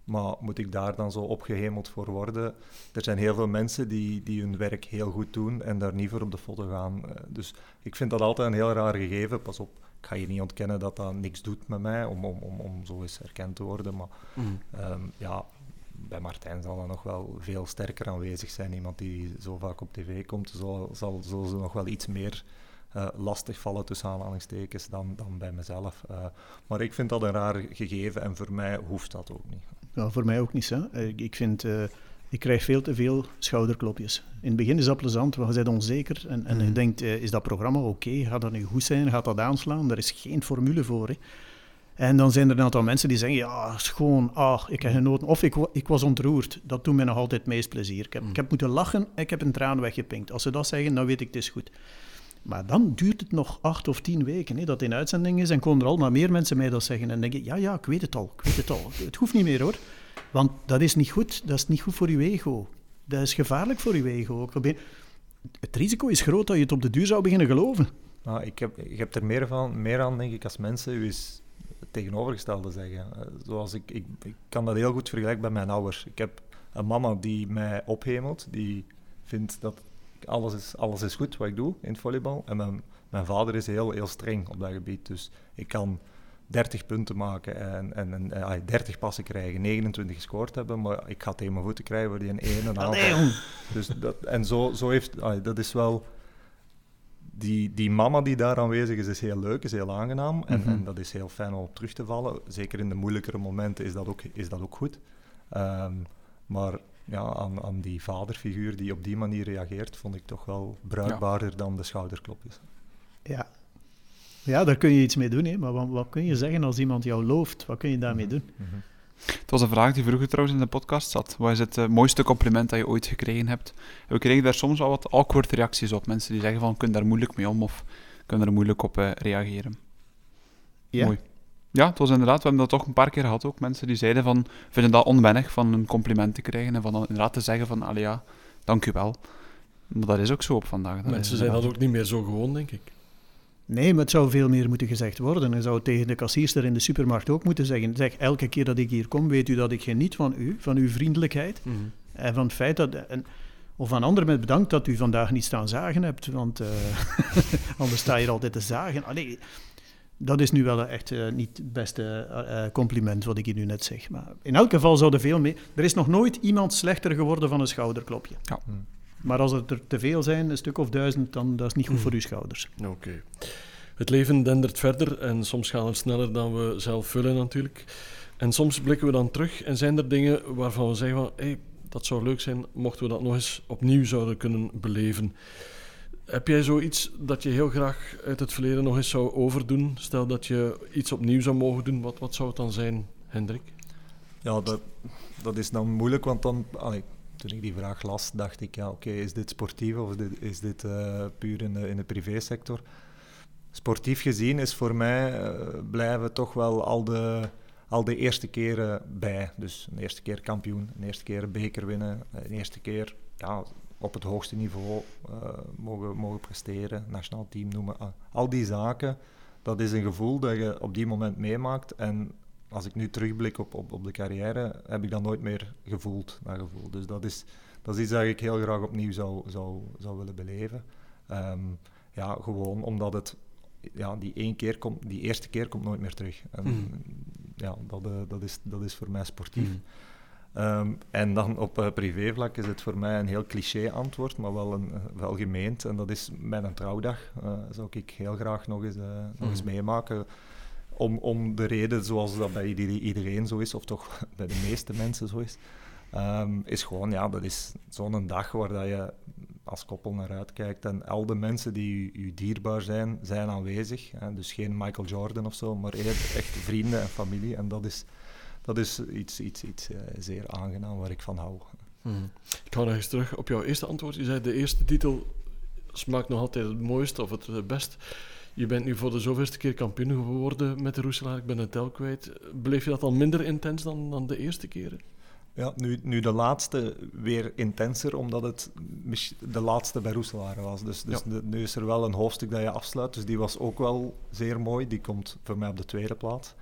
Speaker 4: Maar moet ik daar dan zo opgehemeld voor worden? Er zijn heel veel mensen die, die hun werk heel goed doen en daar niet voor op de foto gaan. Uh, dus ik vind dat altijd een heel raar gegeven. Pas op, ik ga je niet ontkennen dat dat niks doet met mij om, om, om, om zo eens erkend te worden. Maar mm. um, ja, bij Martijn zal dat nog wel veel sterker aanwezig zijn. Iemand die zo vaak op tv komt, zal, zal, zal ze nog wel iets meer uh, lastig vallen tussen aanhalingstekens dan, dan bij mezelf. Uh, maar ik vind dat een raar gegeven en voor mij hoeft dat ook niet.
Speaker 3: Ja, voor mij ook niet. Hè. Ik vind, uh, ik krijg veel te veel schouderklopjes. In het begin is dat plezant, want je bent onzeker en, en mm. je denkt, uh, is dat programma oké? Okay? Gaat dat nu goed zijn? Gaat dat aanslaan? Er is geen formule voor. Hè. En dan zijn er een aantal mensen die zeggen, ja, schoon, ah, ik heb genoten. Of ik, ik was ontroerd. Dat doet mij nog altijd het meest plezier. Ik heb, mm. ik heb moeten lachen en ik heb een traan weggepinkt. Als ze dat zeggen, dan weet ik, het is goed. Maar dan duurt het nog acht of tien weken hè, dat in uitzending is en komen er al maar meer mensen mij dat zeggen. En dan denk ik, ja, ja, ik weet het al, ik weet het al. Het hoeft niet meer hoor. Want dat is niet goed. Dat is niet goed voor uw ego. Dat is gevaarlijk voor uw ego. Het risico is groot dat je het op de duur zou beginnen geloven.
Speaker 4: Nou, ik heb, ik heb er meer, van, meer aan, denk ik, als mensen u eens het tegenovergestelde zeggen. Uh, zoals ik, ik, ik kan dat heel goed vergelijken bij mijn ouders. Ik heb een mama die mij ophemelt, die vindt dat alles is, alles is goed wat ik doe in het volleybal. En mijn, mijn vader is heel, heel streng op dat gebied. Dus ik kan dertig punten maken en, en, en uh, dertig passen krijgen, negenentwintig gescoord hebben, maar ik ga tegen mijn voeten krijgen waar die een één en aantal. Dus dat, en zo, zo heeft, uh, dat is wel... Die, die mama die daar aanwezig is, is heel leuk, is heel aangenaam. En, mm-hmm. en dat is heel fijn om op terug te vallen. Zeker in de moeilijkere momenten is dat ook, is dat ook goed. Um, maar ja, aan, aan die vaderfiguur die op die manier reageert, vond ik toch wel bruikbaarder ja. dan de schouderklopjes.
Speaker 3: Ja. Ja, daar kun je iets mee doen. Hè. Maar wat, wat kun je zeggen als iemand jou looft? Wat kun je daarmee mm-hmm. doen?
Speaker 1: Mm-hmm. Het was een vraag die vroeger trouwens in de podcast zat. Wat is het uh, mooiste compliment dat je ooit gekregen hebt? En we kregen daar soms wel wat awkward reacties op. Mensen die zeggen van, kun je daar moeilijk mee om of kun je er moeilijk op uh, reageren.
Speaker 3: Ja.
Speaker 1: Mooi. Ja, het was inderdaad, we hebben dat toch een paar keer gehad ook. Mensen die zeiden van, vinden dat onwennig van een compliment te krijgen en van dan inderdaad te zeggen van, allee ja, dank u wel. Maar dat is ook zo op vandaag. Dat
Speaker 2: Mensen zijn dat ook niet meer zo gewoon, denk ik.
Speaker 3: Nee, maar het zou veel meer moeten gezegd worden. Je zou tegen de kassierster in de supermarkt ook moeten zeggen, zeg, elke keer dat ik hier kom, weet u dat ik geniet van u, van uw vriendelijkheid. Mm-hmm. En van het feit dat... En, of aan anderen met bedankt dat u vandaag niet staan zagen hebt, want uh, anders sta je er altijd te zagen. Allee, dat is nu wel echt uh, niet het beste uh, compliment wat ik hier nu net zeg. Maar in elk geval zou er veel meer... Er is nog nooit iemand slechter geworden van een schouderklopje. Ja. Mm. Maar als het er te veel zijn, een stuk of duizend, dan dat is niet goed mm. voor uw schouders.
Speaker 2: Oké. Okay. Het leven dendert verder en soms gaan we sneller dan we zelf vullen natuurlijk. En soms blikken we dan terug en zijn er dingen waarvan we zeggen van... Hey, dat zou leuk zijn mochten we dat nog eens opnieuw zouden kunnen beleven. Heb jij zoiets dat je heel graag uit het verleden nog eens zou overdoen? Stel dat je iets opnieuw zou mogen doen, wat, wat zou het dan zijn, Hendrik?
Speaker 4: Ja, dat, dat is dan moeilijk, want dan... Allee, toen ik die vraag las, dacht ik, ja, oké, okay, is dit sportief of is dit, is dit uh, puur in de, in de privésector? Sportief gezien is voor mij uh, blijven toch wel al de, al de eerste keren bij. Dus een eerste keer kampioen, een eerste keer beker winnen, een eerste keer ja, op het hoogste niveau uh, mogen, mogen presteren, nationaal team noemen. Uh, al die zaken, dat is een gevoel dat je op die moment meemaakt. En als ik nu terugblik op, op, op de carrière, heb ik dat nooit meer gevoeld, dat gevoel. Dus dat is, dat is iets dat ik heel graag opnieuw zou, zou, zou willen beleven. Um, ja, gewoon omdat het... Ja, die, één keer komt, die eerste keer komt nooit meer terug. En, mm. Ja, dat, uh, dat, is, dat is voor mij sportief. Mm. Um, en dan op uh, privévlak is het voor mij een heel cliché antwoord, maar wel, een, uh, wel gemeend. En dat is mijn trouwdag. Uh, zou ik heel graag nog eens, uh, mm. nog eens meemaken. Om, om de reden zoals dat bij iedereen zo is, of toch bij de meeste mensen zo is. Um, is gewoon, ja, dat is zo'n dag waar dat je als koppel naar uitkijkt en al de mensen die u, u dierbaar zijn, zijn aanwezig. Hè? Dus geen Michael Jordan of zo, maar echt vrienden en familie. En dat is, dat is iets, iets, iets uh, zeer aangenaam waar ik van hou.
Speaker 2: Hmm. Ik ga nog eens terug op jouw eerste antwoord. Je zei de eerste titel smaakt nog altijd het mooiste of het best. Je bent nu voor de zoveelste keer kampioen geworden met de Roeselaar. Ik ben het tel kwijt. Beleef je dat al minder intens dan, dan de eerste keren?
Speaker 4: Ja, nu, nu de laatste weer intenser, omdat het de laatste bij Roeselaar was. Dus, dus ja. de, nu is er wel een hoofdstuk dat je afsluit, dus die was ook wel zeer mooi. Die komt voor mij op de tweede plaats.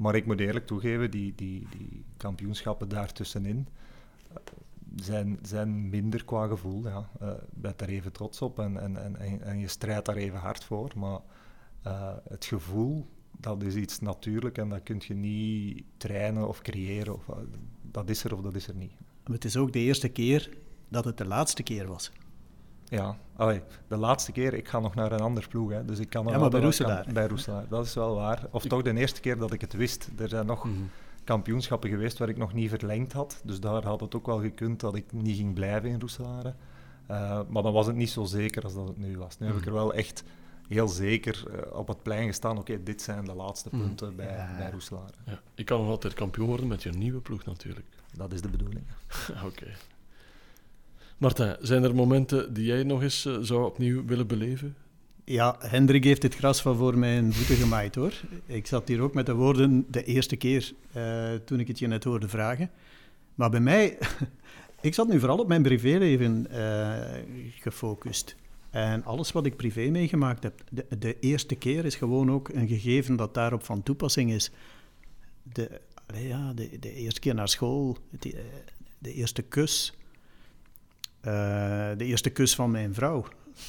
Speaker 4: Maar ik moet eerlijk toegeven, die, die, die kampioenschappen daartussenin uh, zijn, zijn minder qua gevoel. Ja. Uh, je bent daar even trots op en, en, en, en je strijdt daar even hard voor. Maar uh, het gevoel, dat is iets natuurlijk en dat kun je niet trainen of creëren. Of, uh, dat is er of dat is er niet.
Speaker 3: Maar het is ook de eerste keer dat het de laatste keer was.
Speaker 4: Ja, allee, de laatste keer, ik ga nog naar een ander ploeg, hè, dus ik kan...
Speaker 3: Ja, maar bij Roeselaar.
Speaker 4: Bij Roeselaar, dat is wel waar. Of ik... toch de eerste keer dat ik het wist. Er zijn nog mm-hmm. kampioenschappen geweest waar ik nog niet verlengd had, dus daar had het ook wel gekund dat ik niet ging blijven in Roeselaar. Uh, maar dan was het niet zo zeker als dat het nu was. Nu mm-hmm. heb ik er wel echt heel zeker uh, op het plein gestaan, oké, okay, dit zijn de laatste punten mm-hmm. bij, ja. bij Roeselaar.
Speaker 2: Ja, ik kan nog altijd kampioen worden met je nieuwe ploeg natuurlijk.
Speaker 4: Dat is de bedoeling.
Speaker 2: Oké. Okay. Martijn, zijn er momenten die jij nog eens uh, zou opnieuw willen beleven?
Speaker 3: Ja, Hendrik heeft het gras van voor mijn voeten gemaaid, hoor. Ik zat hier ook met de woorden de eerste keer uh, toen ik het je net hoorde vragen. Maar bij mij, ik zat nu vooral op mijn privéleven uh, gefocust. En alles wat ik privé meegemaakt heb, de, de eerste keer is gewoon ook een gegeven dat daarop van toepassing is. De, ja, de, de eerste keer naar school, de, de eerste kus... Uh, de eerste kus van mijn vrouw.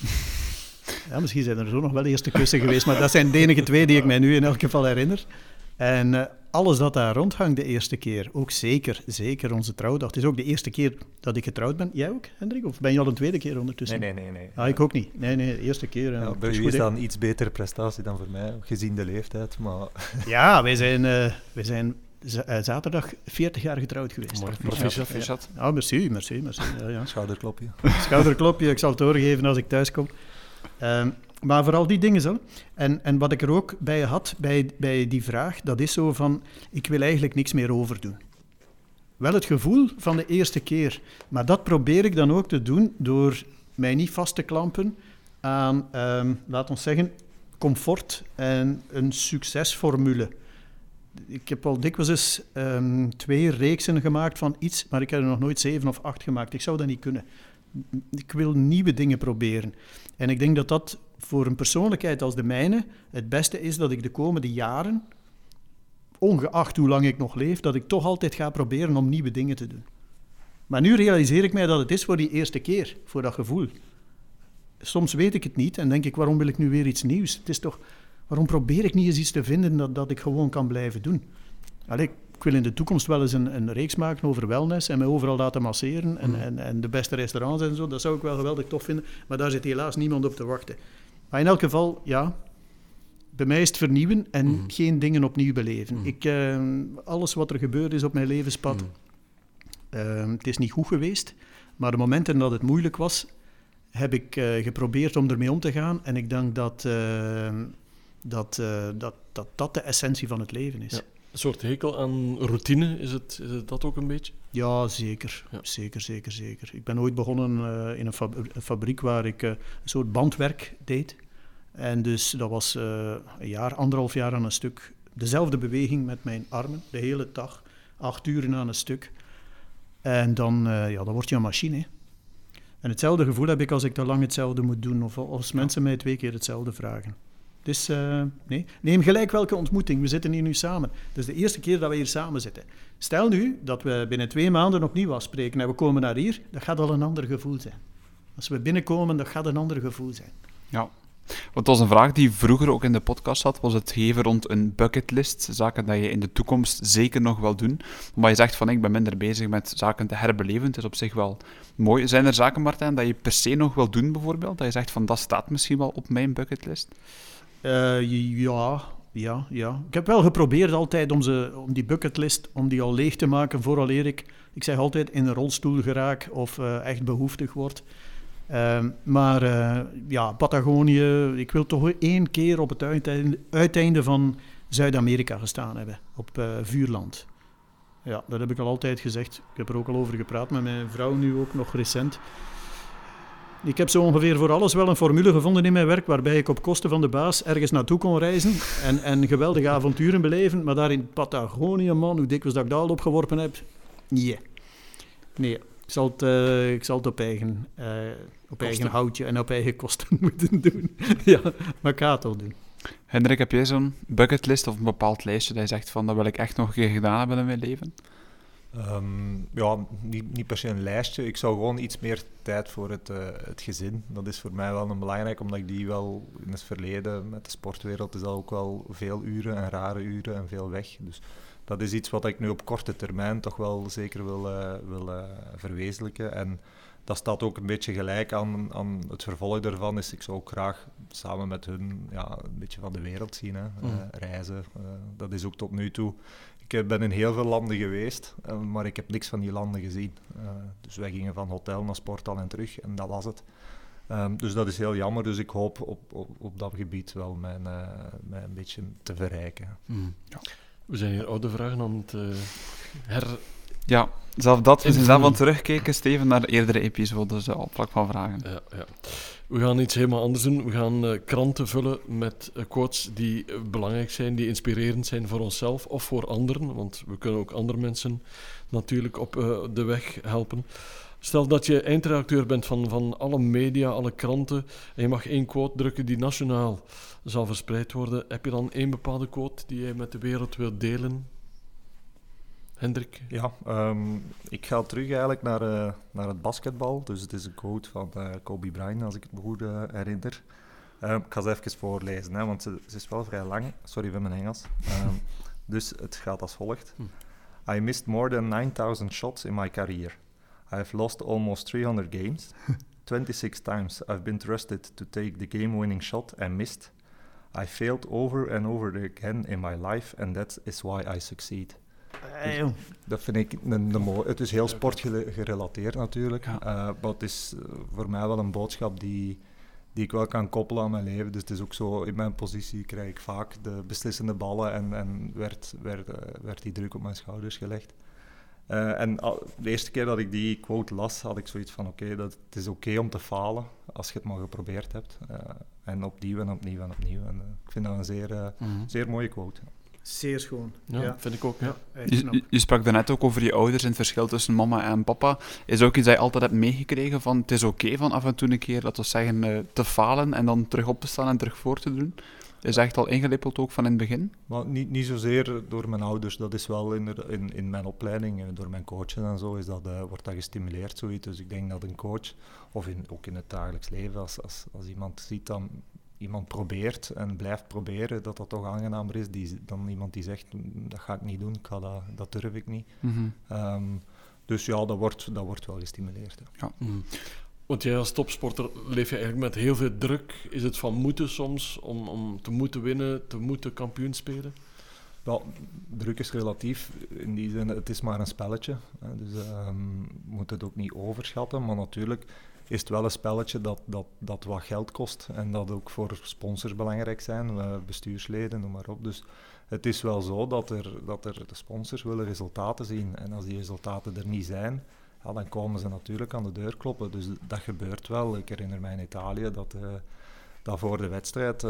Speaker 3: Ja, misschien zijn er zo nog wel eerste kussen geweest, maar dat zijn de enige twee die ik mij nu in elk geval herinner. En uh, alles dat daar rondhangt de eerste keer, ook zeker, zeker onze trouwdag. Het is ook de eerste keer dat ik getrouwd ben. Jij ook, Hendrik? Of ben je al een tweede keer ondertussen?
Speaker 4: Nee, nee, nee. nee.
Speaker 3: Ah, ik ook niet. Nee, nee, de eerste keer.
Speaker 4: Ja, bij u is dat een iets betere prestatie dan voor mij, gezien de leeftijd. Maar...
Speaker 3: Ja, wij zijn... Uh, wij zijn zaterdag veertig jaar getrouwd geweest.
Speaker 2: Maar proficiat.
Speaker 3: Ja, ah, merci, merci, merci. Ja, ja.
Speaker 4: Schouderklopje.
Speaker 3: Schouderklopje, ik zal het doorgeven als ik thuis kom. Um, maar vooral die dingen zo. En, en wat ik er ook bij had, bij, bij die vraag, dat is zo van, ik wil eigenlijk niks meer overdoen. Wel het gevoel van de eerste keer, maar dat probeer ik dan ook te doen door mij niet vast te klampen aan, um, laat ons zeggen, comfort en een succesformule. Ik heb al dikwijls eens um, twee reeksen gemaakt van iets, maar ik heb er nog nooit zeven of acht gemaakt. Ik zou dat niet kunnen. Ik wil nieuwe dingen proberen. En ik denk dat dat voor een persoonlijkheid als de mijne het beste is dat ik de komende jaren, ongeacht hoe lang ik nog leef, dat ik toch altijd ga proberen om nieuwe dingen te doen. Maar nu realiseer ik mij dat het is voor die eerste keer, voor dat gevoel. Soms weet ik het niet en denk ik, waarom wil ik nu weer iets nieuws? Het is toch... Waarom probeer ik niet eens iets te vinden dat, dat ik gewoon kan blijven doen? Allee, ik wil in de toekomst wel eens een, een reeks maken over wellness en mij overal laten masseren en, mm. en, en de beste restaurants en zo. Dat zou ik wel geweldig tof vinden, maar daar zit helaas niemand op te wachten. Maar in elk geval, ja, bij mij is het vernieuwen en mm. geen dingen opnieuw beleven. Mm. Ik, uh, alles wat er gebeurd is op mijn levenspad, mm. uh, het is niet goed geweest, maar de momenten dat het moeilijk was, heb ik uh, geprobeerd om ermee om te gaan en ik denk dat... Uh, Dat, uh, dat, dat dat de essentie van het leven is. Ja.
Speaker 2: Een soort hekel aan routine, is het, is het dat ook een beetje?
Speaker 3: Ja, zeker. Ja. Zeker, zeker, zeker. Ik ben ooit begonnen uh, in een, fab- een fabriek waar ik uh, een soort bandwerk deed. En dus dat was uh, een jaar, anderhalf jaar aan een stuk. Dezelfde beweging met mijn armen, de hele dag. Acht uren aan een stuk. En dan, uh, ja, dan word je een machine. Hè. En hetzelfde gevoel heb ik als ik te lang hetzelfde moet doen. Of als mensen mij twee keer hetzelfde vragen. Dus uh, nee, neem gelijk welke ontmoeting. We zitten hier nu samen. Het is de eerste keer dat we hier samen zitten. Stel nu dat we binnen twee maanden opnieuw afspreken en we komen naar hier, dat gaat al een ander gevoel zijn. Als we binnenkomen, dat gaat een ander gevoel zijn.
Speaker 1: Ja, want was een vraag die vroeger ook in de podcast zat, was het geven rond een bucketlist, zaken dat je in de toekomst zeker nog wel doen. Maar je zegt van, ik ben minder bezig met zaken te herbeleven, het is op zich wel mooi. Zijn er zaken, Martijn, dat je per se nog wil doen bijvoorbeeld? Dat je zegt van, dat staat misschien wel op mijn bucketlist?
Speaker 3: Uh, ja, ja, ja. Ik heb wel geprobeerd altijd om, ze, om die bucketlist, om die al leeg te maken vooraleer ik, ik zeg altijd, in een rolstoel geraak of uh, echt behoeftig word. Uh, maar uh, ja, Patagonië, ik wil toch één keer op het uiteinde, uiteinde van Zuid-Amerika gestaan hebben, op uh, Vuurland. Ja, dat heb ik al altijd gezegd. Ik heb er ook al over gepraat met mijn vrouw, nu ook nog recent. Ik heb zo ongeveer voor alles wel een formule gevonden in mijn werk waarbij ik op kosten van de baas ergens naartoe kon reizen en, en geweldige avonturen beleven. Maar daar in Patagonië, man, hoe dikwijls dat ik daar al opgeworpen heb, nee. Nee, ik zal het, uh, ik zal het op eigen, uh, op eigen houtje en op eigen kosten moeten doen. Ja, maar ik ga het wel doen.
Speaker 1: Hendrik, heb jij zo'n bucketlist of een bepaald lijstje dat je zegt van dat wil ik echt nog een keer gedaan hebben in mijn leven?
Speaker 4: Um, ja, niet, niet per se een lijstje. Ik zou gewoon iets meer tijd voor het, uh, het gezin. Dat is voor mij wel een belangrijk, omdat ik die wel in het verleden met de sportwereld is dat ook wel veel uren en rare uren en veel weg. Dus dat is iets wat ik nu op korte termijn toch wel zeker wil, uh, wil uh, verwezenlijken. En dat staat ook een beetje gelijk aan, aan het vervolg daarvan. Is ik zou ook graag samen met hun ja, een beetje van de wereld zien, hè. Uh, reizen. Uh, dat is ook tot nu toe. Ik ben in heel veel landen geweest, uh, maar ik heb niks van die landen gezien. Uh, dus wij gingen van hotel naar sporthal en terug en dat was het. Um, dus dat is heel jammer. Dus ik hoop op, op, op dat gebied wel mijn, uh, mij een beetje te verrijken.
Speaker 1: Mm. Ja.
Speaker 2: We zijn hier oude vragen aan het uh, her...
Speaker 1: Ja, zelf dat. We zijn zelf aan het terugkijken, Steven, naar eerdere episodes uh, op vlak van vragen.
Speaker 2: Ja, ja. We gaan iets helemaal anders doen. We gaan uh, kranten vullen met uh, quotes die uh, belangrijk zijn, die inspirerend zijn voor onszelf of voor anderen, want we kunnen ook andere mensen natuurlijk op uh, de weg helpen. Stel dat je eindredacteur bent van, van alle media, alle kranten, en je mag één quote drukken die nationaal zal verspreid worden. Heb je dan één bepaalde quote die je met de wereld wilt delen? Hendrik?
Speaker 4: Ja, um, ik ga terug eigenlijk naar, uh, naar het basketbal. Dus het is een quote van uh, Kobe Bryant, als ik het me goed uh, herinner. Um, ik ga ze even voorlezen, hè, want ze, ze is wel vrij lang. Sorry voor mijn Engels. Um, dus het gaat als volgt. I missed more than nine thousand shots in my career. I have lost almost three hundred games. twenty-six times I've been trusted to take the game-winning shot and missed. I failed over and over again in my life and that is why I succeed. Dus dat vind ik een, een mooi. Het is heel sportgerelateerd natuurlijk, ja. uh, maar het is uh, voor mij wel een boodschap die, die ik wel kan koppelen aan mijn leven. Dus het is ook zo, in mijn positie krijg ik vaak de beslissende ballen en, en werd, werd, uh, werd die druk op mijn schouders gelegd. Uh, en uh, de eerste keer dat ik die quote las, had ik zoiets van oké, okay, dat het is oké okay om te falen als je het maar geprobeerd hebt. Uh, en opnieuw en opnieuw en opnieuw. En, uh, ik vind dat een zeer, uh, mm-hmm. zeer mooie quote.
Speaker 3: Zeer schoon.
Speaker 2: Ja, ja, vind ik ook. Ja.
Speaker 3: Ja,
Speaker 1: je, je sprak daarnet ook over je ouders en het verschil tussen mama en papa. Is ook iets dat je altijd hebt meegekregen van het is oké okay van af en toe een keer, laten we zeggen, uh, te falen en dan terug op te staan en terug voor te doen? Is echt al ingelippeld ook van in het begin?
Speaker 4: Maar niet, niet zozeer door mijn ouders, dat is wel in, de, in, in mijn opleiding, door mijn coaches en zo, is dat, uh, wordt dat gestimuleerd, zoiets. Dus ik denk dat een coach, of in, ook in het dagelijks leven, als, als, als iemand ziet dan iemand probeert en blijft proberen, dat dat toch aangenamer is die, dan iemand die zegt, dat ga ik niet doen, ik ga dat, dat durf ik niet. Mm-hmm. Um, dus ja, dat wordt, dat wordt wel gestimuleerd. Hè.
Speaker 1: Ja. Mm.
Speaker 2: Want jij als topsporter leef je eigenlijk met heel veel druk. Is het van moeten soms, om, om te moeten winnen, te moeten kampioen spelen?
Speaker 4: Wel, druk is relatief. In die zin, het is maar een spelletje. Hè. Dus um, je moet het ook niet overschatten, maar natuurlijk is het wel een spelletje dat, dat, dat wat geld kost en dat ook voor sponsors belangrijk zijn, uh, bestuursleden, noem maar op. Dus het is wel zo dat er, dat er de sponsors willen resultaten zien en als die resultaten er niet zijn, ja, dan komen ze natuurlijk aan de deur kloppen. Dus dat gebeurt wel. Ik herinner mij in Italië dat, uh, dat voor de wedstrijd uh,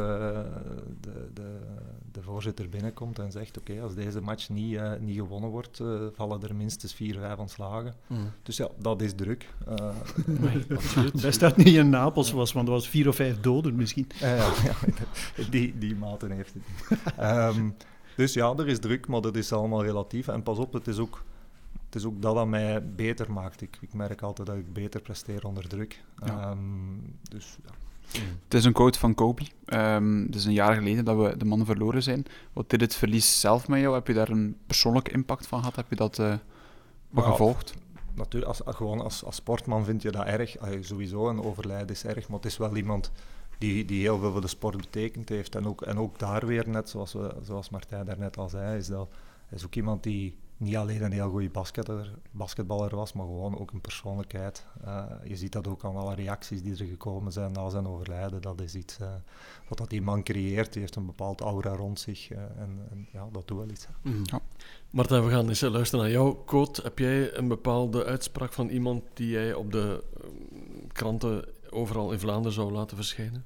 Speaker 4: de, de, de voorzitter binnenkomt en zegt oké, okay, als deze match niet, uh, niet gewonnen wordt, uh, vallen er minstens vier, vijf ontslagen. Mm. Dus ja, dat is druk. Uh,
Speaker 3: nee, best dat niet in Napels was, want er was vier of vijf doden misschien.
Speaker 4: Uh, ja, ja, die, die maten heeft het niet. Um, dus ja, er is druk, maar dat is allemaal relatief. En pas op, het is ook... Het is ook dat dat mij beter maakt. Ik, ik merk altijd dat ik beter presteer onder druk. Ja. Um, dus, ja.
Speaker 1: Het is een quote van Kobe. Um, het is een jaar geleden dat we de man verloren zijn. Wat deed het verlies zelf met jou? Heb je daar een persoonlijke impact van gehad? Heb je dat uh,
Speaker 4: well,
Speaker 1: gevolgd?
Speaker 4: Natuurlijk, als, gewoon als, als sportman vind je dat erg. Allee, sowieso, een overlijden is erg, maar het is wel iemand die, die heel veel voor de sport betekend heeft. En ook, en ook daar weer, net zoals, we, zoals Martijn daarnet al zei, is dat is ook iemand die niet alleen een heel goede basketter, basketballer was, maar gewoon ook een persoonlijkheid. Uh, je ziet dat ook aan alle reacties die er gekomen zijn na zijn overlijden. Dat is iets uh, wat dat die man creëert. Die heeft een bepaald aura rond zich. Uh, en, en ja, dat doet wel iets.
Speaker 2: Mm. Ja. Martijn, we gaan eens luisteren naar jouw quote. Heb jij een bepaalde uitspraak van iemand die jij op de uh, kranten overal in Vlaanderen zou laten verschijnen?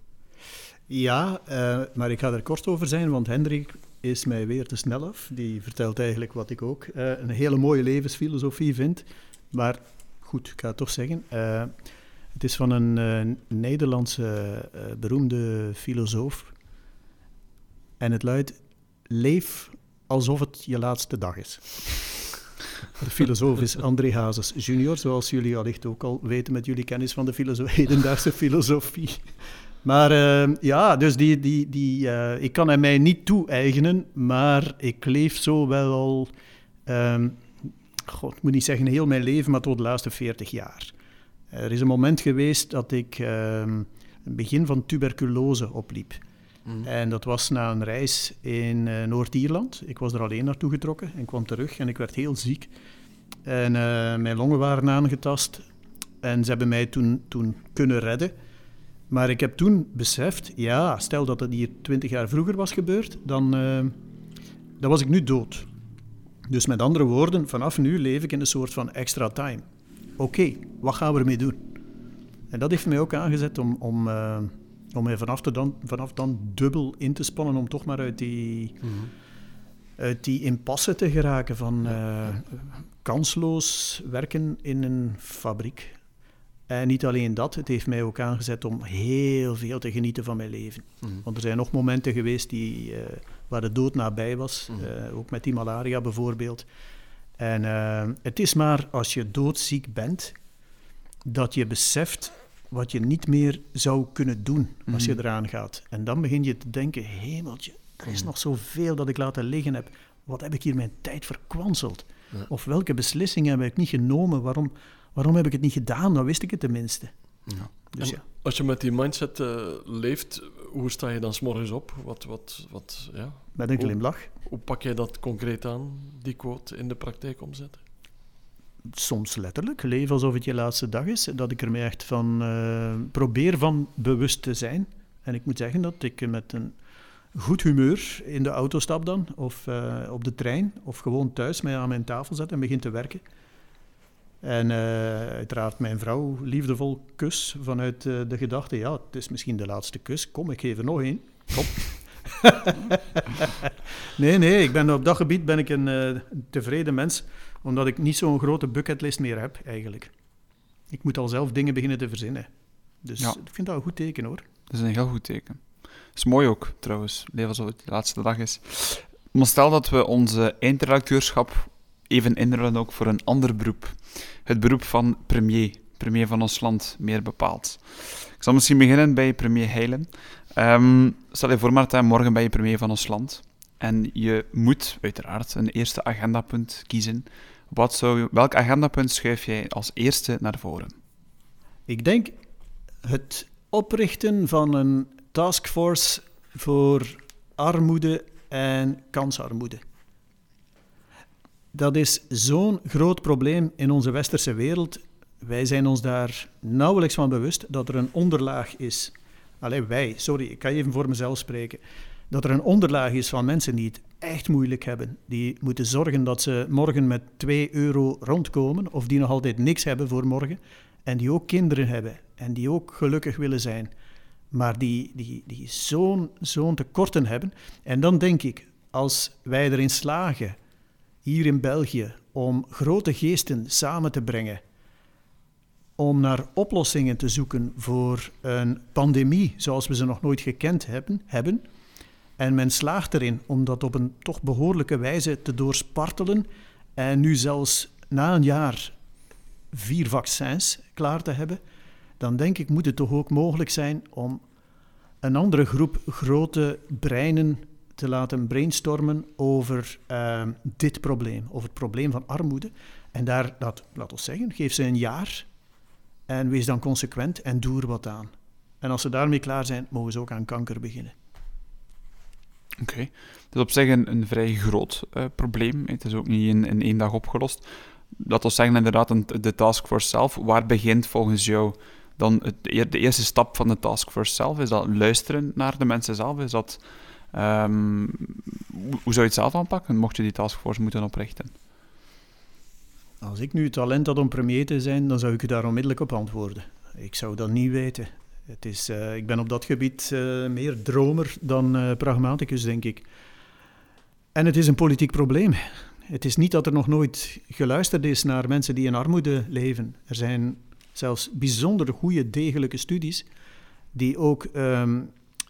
Speaker 3: Ja, uh, maar ik ga er kort over zijn, want Hendrik is mij weer te snel af. Die vertelt eigenlijk wat ik ook uh, een hele mooie levensfilosofie vind. Maar goed, ik ga het toch zeggen. Uh, het is van een uh, Nederlandse uh, beroemde filosoof. En het luidt, leef alsof het je laatste dag is. De filosoof is André Hazes junior, zoals jullie allicht ook al weten met jullie kennis van de filoso- hedendaagse filosofie. Maar uh, ja, dus die, die, die, uh, ik kan hem mij niet toe-eigenen, maar ik leef zo wel al, um, god, ik moet niet zeggen heel mijn leven, maar tot de laatste veertig jaar. Er is een moment geweest dat ik um, het begin van tuberculose opliep. Mm. En dat was na een reis in uh, Noord-Ierland. Ik was er alleen naartoe getrokken en kwam terug en ik werd heel ziek. En uh, mijn longen waren aangetast en ze hebben mij toen, toen kunnen redden. Maar ik heb toen beseft, ja, stel dat het hier twintig jaar vroeger was gebeurd, dan, uh, dan was ik nu dood. Dus met andere woorden, vanaf nu leef ik in een soort van extra time. Oké, okay, wat gaan we ermee doen? En dat heeft mij ook aangezet om, om, uh, om mij vanaf, dan, vanaf dan dubbel in te spannen om toch maar uit die, mm-hmm. uit die impasse te geraken van uh, kansloos werken in een fabriek. En niet alleen dat, het heeft mij ook aangezet om heel veel te genieten van mijn leven. Mm-hmm. Want er zijn nog momenten geweest die, uh, waar de dood nabij was, mm-hmm. uh, ook met die malaria bijvoorbeeld. En uh, het is maar als je doodziek bent, dat je beseft wat je niet meer zou kunnen doen mm-hmm. als je eraan gaat. En dan begin je te denken, hemeltje, er is mm-hmm. nog zoveel dat ik laten liggen heb. Wat heb ik hier mijn tijd verkwanseld? Ja. Of welke beslissingen heb ik niet genomen? Waarom, waarom heb ik het niet gedaan? Dan wist ik het tenminste.
Speaker 2: Ja.
Speaker 3: Dus ja.
Speaker 2: Als je met die mindset uh, leeft, hoe sta je dan 's morgens op? Wat, wat, wat, ja?
Speaker 3: Met een glimlach.
Speaker 2: Hoe, hoe pak jij dat concreet aan, die quote, in de praktijk omzetten?
Speaker 3: Soms letterlijk, leef alsof het je laatste dag is. Dat ik er mij echt van uh, probeer van bewust te zijn. En ik moet zeggen dat ik met een goed humeur in de auto stap dan, of uh, op de trein, of gewoon thuis mij aan mijn tafel zet en begin te werken. En uh, uiteraard mijn vrouw liefdevol kus vanuit uh, de gedachte, ja, het is misschien de laatste kus, kom, ik geef er nog één. Kom. nee, nee, ik ben, op dat gebied ben ik een uh, tevreden mens, omdat ik niet zo'n grote bucketlist meer heb, eigenlijk. Ik moet al zelf dingen beginnen te verzinnen. Dus ja. Ik vind dat een goed teken, hoor.
Speaker 1: Dat is een heel goed teken. Dat is mooi ook, trouwens. Leef alsof het de laatste dag is. Maar stel dat we onze eindredacteurschap even inruilen ook voor een ander beroep. Het beroep van premier. Premier van ons land, meer bepaald. Ik zal misschien beginnen bij premier Heilen. Um, stel je voor, Martijn, morgen ben je premier van ons land. En je moet uiteraard een eerste agendapunt kiezen. Wat zou, welk agendapunt schuif jij als eerste naar voren?
Speaker 3: Ik denk het oprichten van een taskforce voor armoede en kansarmoede. Dat is zo'n groot probleem in onze westerse wereld. Wij zijn ons daar nauwelijks van bewust dat er een onderlaag is. Allee, wij, sorry, ik kan even voor mezelf spreken. Dat er een onderlaag is van mensen die het echt moeilijk hebben. Die moeten zorgen dat ze morgen met twee euro rondkomen, of die nog altijd niks hebben voor morgen. En die ook kinderen hebben en die ook gelukkig willen zijn. Maar die, die, die zo'n, zo'n tekorten hebben. En dan denk ik, als wij erin slagen, hier in België, om grote geesten samen te brengen, om naar oplossingen te zoeken voor een pandemie zoals we ze nog nooit gekend hebben, hebben, en men slaagt erin om dat op een toch behoorlijke wijze te doorspartelen en nu zelfs na een jaar vier vaccins klaar te hebben, dan denk ik moet het toch ook mogelijk zijn om een andere groep grote breinen te laten brainstormen over uh, dit probleem, over het probleem van armoede. En daar, dat, laat ons zeggen, geef ze een jaar en wees dan consequent en doe er wat aan. En als ze daarmee klaar zijn, mogen ze ook aan kanker beginnen.
Speaker 1: Oké, okay. Dat is op zich een, een vrij groot uh, probleem. Het is ook niet in, in één dag opgelost. Dat wil zeggen, inderdaad, een, de taskforce zelf. Waar begint volgens jou dan het, de eerste stap van de taskforce zelf? Is dat luisteren naar de mensen zelf? Is dat, um, hoe zou je het zelf aanpakken, mocht je die taskforce moeten oprichten?
Speaker 3: Als ik nu het talent had om premier te zijn, dan zou ik u daar onmiddellijk op antwoorden. Ik zou dat niet weten. Het is, uh, ik ben op dat gebied uh, meer dromer dan uh, pragmaticus, denk ik. En het is een politiek probleem. Het is niet dat er nog nooit geluisterd is naar mensen die in armoede leven. Er zijn zelfs bijzonder goede, degelijke studies die ook um,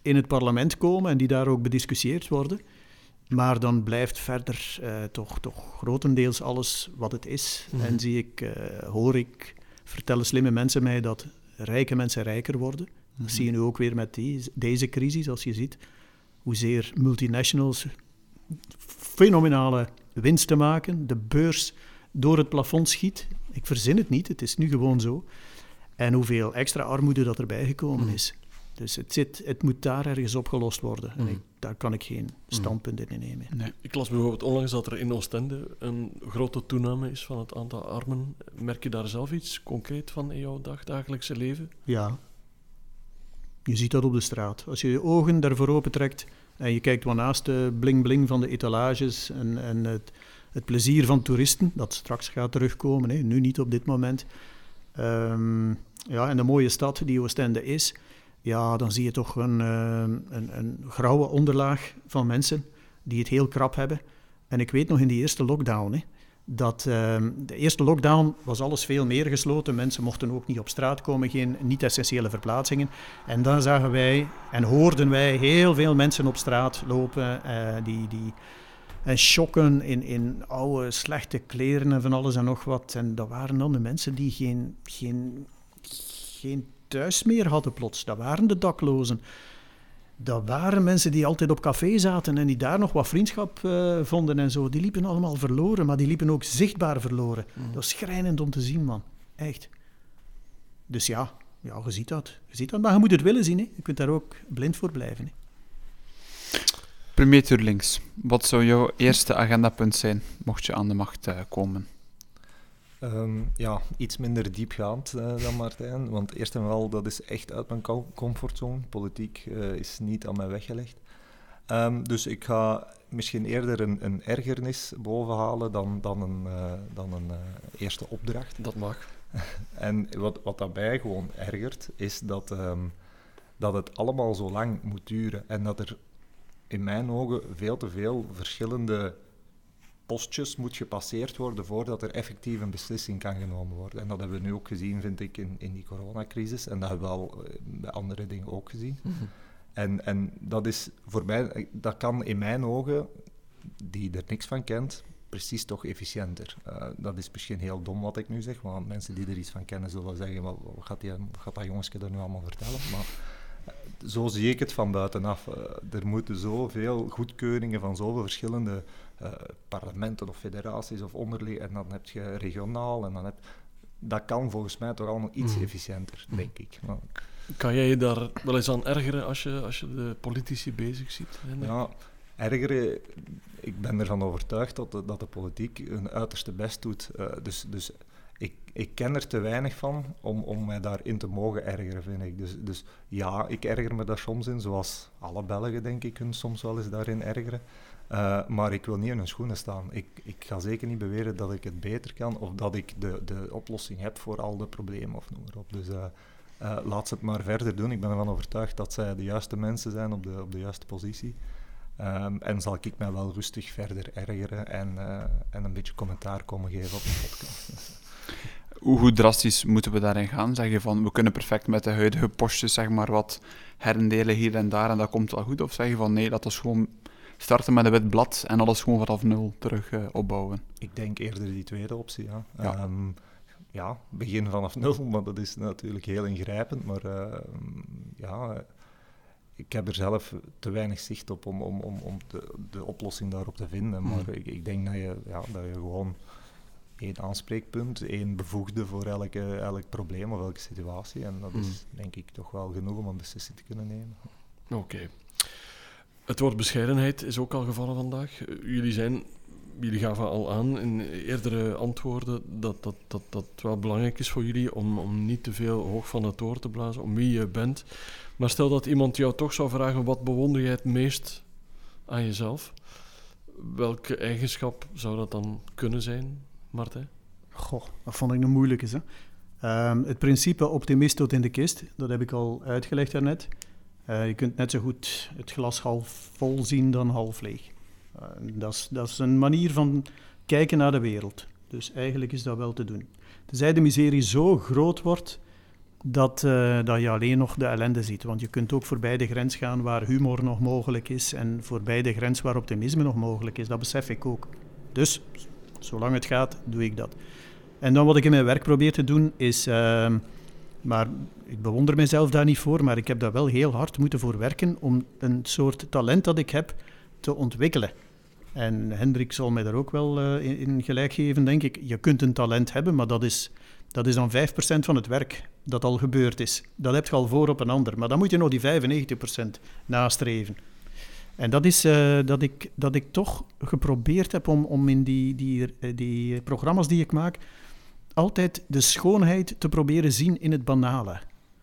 Speaker 3: in het parlement komen en die daar ook bediscussieerd worden. Maar dan blijft verder uh, toch, toch grotendeels alles wat het is. Mm-hmm. En zie ik, uh, hoor ik, vertellen slimme mensen mij dat rijke mensen rijker worden. Mm-hmm. Dat zie je nu ook weer met die, deze crisis, als je ziet hoezeer multinationals fenomenale winsten maken, de beurs door het plafond schiet. Ik verzin het niet, het is nu gewoon zo. En hoeveel extra armoede dat erbij gekomen mm. is. Dus het, zit, het moet daar ergens opgelost worden. Mm. En ik, daar kan ik geen standpunt in nemen.
Speaker 2: Nee. Ik las bijvoorbeeld onlangs dat er in Oostende een grote toename is van het aantal armen. Merk je daar zelf iets concreet van in jouw dagdagelijkse leven?
Speaker 3: Ja. Je ziet dat op de straat. Als je je ogen daarvoor opentrekt en je kijkt wat naast de bling-bling van de etalages en, en het, het plezier van toeristen, dat straks gaat terugkomen, hè, nu niet op dit moment. Um, ja, en de mooie stad die Oostende is, ja, dan zie je toch een, een, een grauwe onderlaag van mensen die het heel krap hebben. En ik weet nog in die eerste lockdown, hè, dat uh, de eerste lockdown was alles veel meer gesloten. Mensen mochten ook niet op straat komen, geen niet-essentiële verplaatsingen. En dan zagen wij en hoorden wij heel veel mensen op straat lopen uh, die, die, en shocken in, in oude, slechte kleren en van alles en nog wat. En dat waren dan de mensen die geen, geen, geen thuis meer hadden plots. Dat waren de daklozen. Dat waren mensen die altijd op café zaten en die daar nog wat vriendschap uh, vonden en zo. Die liepen allemaal verloren, maar die liepen ook zichtbaar verloren. Mm. Dat was schrijnend om te zien, man. Echt. Dus ja, ja je ziet dat. Je ziet dat. Maar je moet het willen zien. Hè. Je kunt daar ook blind voor blijven. Hè.
Speaker 1: Premier Tuurlings, wat zou jouw eerste agendapunt zijn, mocht je aan de macht uh, komen?
Speaker 4: Um, ja, iets minder diepgaand uh, dan Martijn, want eerst en vooral, dat is echt uit mijn comfortzone. Politiek uh, is niet aan mij weggelegd. Um, dus ik ga misschien eerder een, een ergernis bovenhalen dan, dan een, uh, dan een uh, eerste opdracht.
Speaker 2: Dat mag.
Speaker 4: En wat, wat daarbij gewoon ergert, is dat, um, dat het allemaal zo lang moet duren en dat er in mijn ogen veel te veel verschillende postjes moet gepasseerd worden voordat er effectief een beslissing kan genomen worden. En dat hebben we nu ook gezien, vind ik, in, in die coronacrisis. En dat hebben we al bij andere dingen ook gezien. Mm-hmm. En, en dat is voor mij, dat kan in mijn ogen, die er niks van kent, precies toch efficiënter. Uh, dat is misschien heel dom wat ik nu zeg, want mensen die er iets van kennen zullen zeggen, wat, wat, gaat, die, wat gaat dat jongensje er nu allemaal vertellen? Maar uh, zo zie ik het van buitenaf. Uh, er moeten zoveel goedkeuringen van zoveel verschillende Uh, parlementen of federaties of onderling, en dan heb je regionaal, en dan heb dat kan volgens mij toch allemaal iets mm. efficiënter, mm. denk ik. Nou,
Speaker 2: kan jij je daar wel eens aan ergeren als je, als je de politici bezig ziet? Hè?
Speaker 4: Ja, ergeren, ik ben ervan overtuigd dat de, dat de politiek hun uiterste best doet. Uh, dus dus ik, ik ken er te weinig van om, om mij daarin te mogen ergeren, vind ik. Dus, dus ja, ik erger me daar soms in, zoals alle Belgen, denk ik, hun soms wel eens daarin ergeren. Uh, maar ik wil niet in hun schoenen staan. Ik, ik ga zeker niet beweren dat ik het beter kan of dat ik de, de oplossing heb voor al de problemen of noem maar op. Dus uh, uh, laat ze het maar verder doen. Ik ben ervan overtuigd dat zij de juiste mensen zijn op de, op de juiste positie. Um, en zal ik mij wel rustig verder ergeren en, uh, en een beetje commentaar komen geven op de podcast.
Speaker 1: Hoe, hoe drastisch moeten we daarin gaan? Zeg je van, we kunnen perfect met de huidige postjes zeg maar wat herendelen hier en daar en dat komt wel goed? Of zeg je van, nee, dat is gewoon starten met een wit blad en alles gewoon vanaf nul terug uh, opbouwen?
Speaker 4: Ik denk eerder die tweede optie, ja.
Speaker 1: Ja,
Speaker 4: um, ja begin vanaf nul, want dat is natuurlijk heel ingrijpend, maar uh, ja, ik heb er zelf te weinig zicht op om, om, om, om de, de oplossing daarop te vinden. Maar mm. ik, ik denk dat je, ja, dat je gewoon één aanspreekpunt, één bevoegde voor elke, elk probleem of elke situatie. En dat mm. is denk ik toch wel genoeg om een beslissing te kunnen nemen.
Speaker 2: Oké. Okay. Het woord bescheidenheid is ook al gevallen vandaag. Jullie, zijn, jullie gaven al aan in eerdere antwoorden dat, dat, dat, dat het wel belangrijk is voor jullie om, om niet te veel hoog van het toren te blazen, om wie je bent. Maar stel dat iemand jou toch zou vragen, wat bewonder jij het meest aan jezelf? Welke eigenschap zou dat dan kunnen zijn, Martijn?
Speaker 3: Goh, dat vond ik een moeilijke. Hè? Um, het principe optimist tot in de kist, dat heb ik al uitgelegd daarnet. Uh, je kunt net zo goed het glas half vol zien dan half leeg. Uh, dat is, dat is een manier van kijken naar de wereld. Dus eigenlijk is dat wel te doen. Tenzij de miserie zo groot wordt dat, uh, dat je alleen nog de ellende ziet. Want je kunt ook voorbij de grens gaan waar humor nog mogelijk is en voorbij de grens waar optimisme nog mogelijk is. Dat besef ik ook. Dus, zolang het gaat, doe ik dat. En dan wat ik in mijn werk probeer te doen is... Uh, maar ik bewonder mezelf daar niet voor, maar ik heb daar wel heel hard moeten voor werken om een soort talent dat ik heb te ontwikkelen. En Hendrik zal mij daar ook wel uh, in, in gelijk geven, denk ik. Je kunt een talent hebben, maar dat is, dat is dan vijf procent van het werk dat al gebeurd is. Dat heb je al voor op een ander. Maar dan moet je nog die vijfennegentig procent nastreven. En dat is uh, dat, ik, dat ik toch geprobeerd heb om, om in die, die, die programma's die ik maak... altijd de schoonheid te proberen zien in het banale.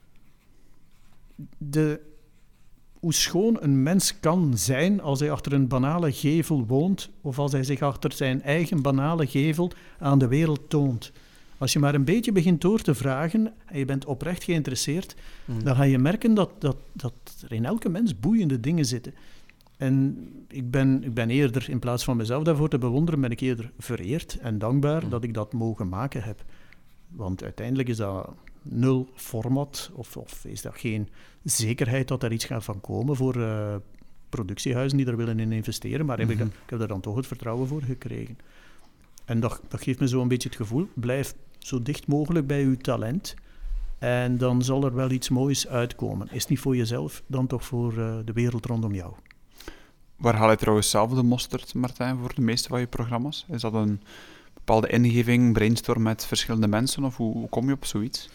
Speaker 3: De, hoe schoon een mens kan zijn als hij achter een banale gevel woont of als hij zich achter zijn eigen banale gevel aan de wereld toont. Als je maar een beetje begint door te vragen en je bent oprecht geïnteresseerd, mm. dan ga je merken dat, dat, dat er in elke mens boeiende dingen zitten. En ik ben, ik ben eerder, in plaats van mezelf daarvoor te bewonderen, ben ik eerder vereerd en dankbaar mm. dat ik dat mogen maken heb. Want uiteindelijk is dat nul format, of, of is dat geen zekerheid dat er iets gaat van komen voor uh, productiehuizen die er willen in investeren, maar mm-hmm. heb ik, ik heb daar dan toch het vertrouwen voor gekregen. En dat, dat geeft me zo een beetje het gevoel, blijf zo dicht mogelijk bij uw talent en dan zal er wel iets moois uitkomen. Is het niet voor jezelf, dan toch voor uh, de wereld rondom jou.
Speaker 1: Waar haal je trouwens zelf de mosterd, Martijn, voor de meeste van je programma's? Is dat een bepaalde ingeving, brainstorm met verschillende mensen, of hoe, hoe kom je op zoiets?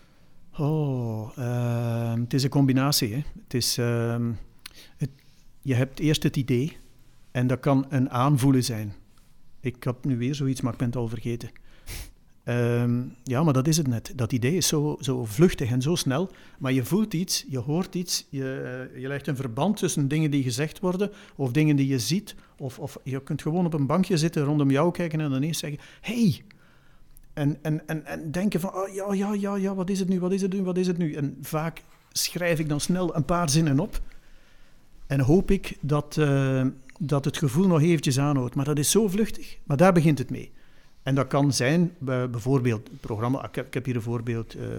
Speaker 3: Oh, uh, het is een combinatie. Hè. Het is, uh, het, je hebt eerst het idee en dat kan een aanvoelen zijn. Ik had nu weer zoiets, maar ik ben het al vergeten. Um, ja, maar dat is het net. Dat idee is zo, zo vluchtig en zo snel, maar je voelt iets, je hoort iets, je, je legt een verband tussen dingen die gezegd worden of dingen die je ziet, of, of je kunt gewoon op een bankje zitten, rondom jou kijken en dan ineens zeggen, hey! En, en, en, en denken van, oh, ja, ja, ja, ja, wat is het nu, wat is het nu, wat is het nu? En vaak schrijf ik dan snel een paar zinnen op en hoop ik dat, uh, dat het gevoel nog eventjes aanhoudt. Maar dat is zo vluchtig, maar daar begint het mee. En dat kan zijn, bijvoorbeeld, het programma, ik heb, ik heb hier een voorbeeld. Uh,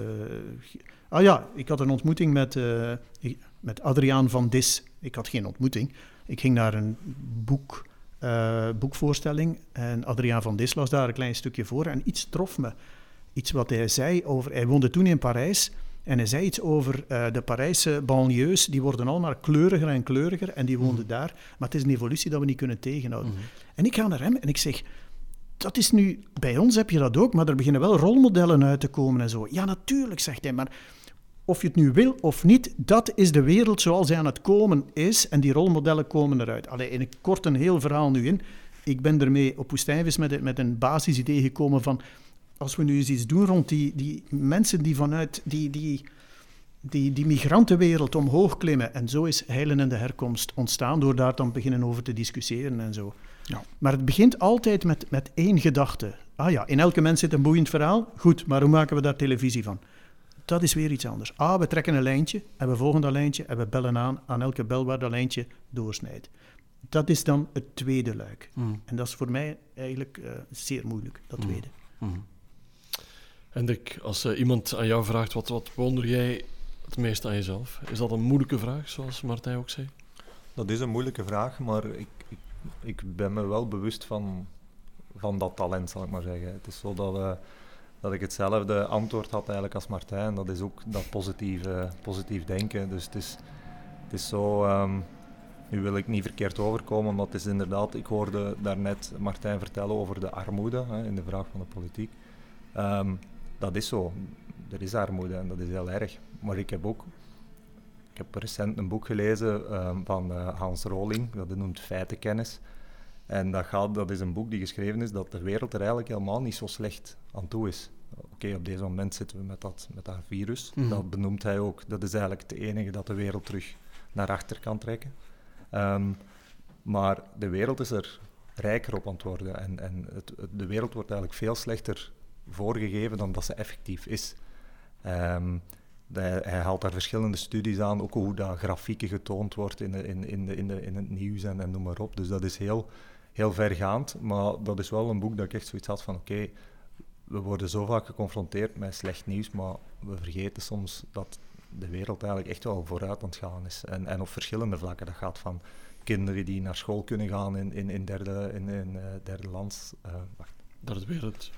Speaker 3: ah ja, ik had een ontmoeting met, uh, met Adriaan van Dis. Ik had geen ontmoeting. Ik ging naar een boek, uh, boekvoorstelling en Adriaan van Dis las daar een klein stukje voor en iets trof me. Iets wat hij zei over, hij woonde toen in Parijs en hij zei iets over uh, de Parijse banlieues, die worden al maar kleuriger en kleuriger en die woonden mm. daar. Maar het is een evolutie dat we niet kunnen tegenhouden. Mm. En ik ga naar hem en ik zeg... Dat is nu, bij ons heb je dat ook, maar er beginnen wel rolmodellen uit te komen en zo. Ja, natuurlijk, zegt hij, maar of je het nu wil of niet, dat is de wereld zoals hij aan het komen is en die rolmodellen komen eruit. Allee, en ik kort een heel verhaal nu in. Ik ben ermee op Woestijnvis met, met een basisidee gekomen van, als we nu eens iets doen rond die, die mensen die vanuit die, die, die, die migrantenwereld omhoog klimmen, en zo is Heilen en de Herkomst ontstaan, door daar dan beginnen over te discussiëren en zo. Ja. Maar het begint altijd met, met één gedachte. Ah ja, in elke mens zit een boeiend verhaal. Goed, maar hoe maken we daar televisie van? Dat is weer iets anders. Ah, we trekken een lijntje en we volgen dat lijntje en we bellen aan aan elke bel waar dat lijntje doorsnijdt. Dat is dan het tweede luik. Mm. En dat is voor mij eigenlijk uh, zeer moeilijk, dat tweede.
Speaker 2: Mm. Mm. Hendrik, als uh, iemand aan jou vraagt, wat, wat wonder jij het meest aan jezelf? Is dat een moeilijke vraag, zoals Martijn ook zei?
Speaker 4: Dat is een moeilijke vraag, maar ik, ik, ik ben me wel bewust van, van dat talent, zal ik maar zeggen. Het is zo dat, uh, dat ik hetzelfde antwoord had eigenlijk als Martijn. Dat is ook dat positieve, positief denken. Dus het is, het is zo... Um, nu wil ik niet verkeerd overkomen, maar het is inderdaad... Ik hoorde daarnet Martijn vertellen over de armoede, hè, in de vraag van de politiek. Um, dat is zo. Er is armoede en dat is heel erg. Maar ik heb ook... Ik heb recent een boek gelezen um, van uh, Hans Rowling, dat noemt Feitenkennis. En dat, gaat, dat is een boek die geschreven is dat de wereld er eigenlijk helemaal niet zo slecht aan toe is. Oké, okay, op deze moment zitten we met dat, met dat virus. Mm. Dat benoemt hij ook. Dat is eigenlijk het enige dat de wereld terug naar achter kan trekken. Um, maar de wereld is er rijker op aan het worden. En, en het, de wereld wordt eigenlijk veel slechter voorgegeven dan dat ze effectief is. Um, de, hij haalt daar verschillende studies aan, ook hoe dat grafieken getoond wordt in, de, in, in, de, in, de, in het nieuws en, en noem maar op. Dus dat is heel, heel vergaand, maar dat is wel een boek dat ik echt zoiets had van oké, okay, we worden zo vaak geconfronteerd met slecht nieuws, maar we vergeten soms dat de wereld eigenlijk echt wel vooruit aan het gaan is. En, en op verschillende vlakken. Dat gaat van kinderen die naar school kunnen gaan in, in, in derde, in, in, uh, derde land. Uh, wacht.
Speaker 2: Dat is weer het.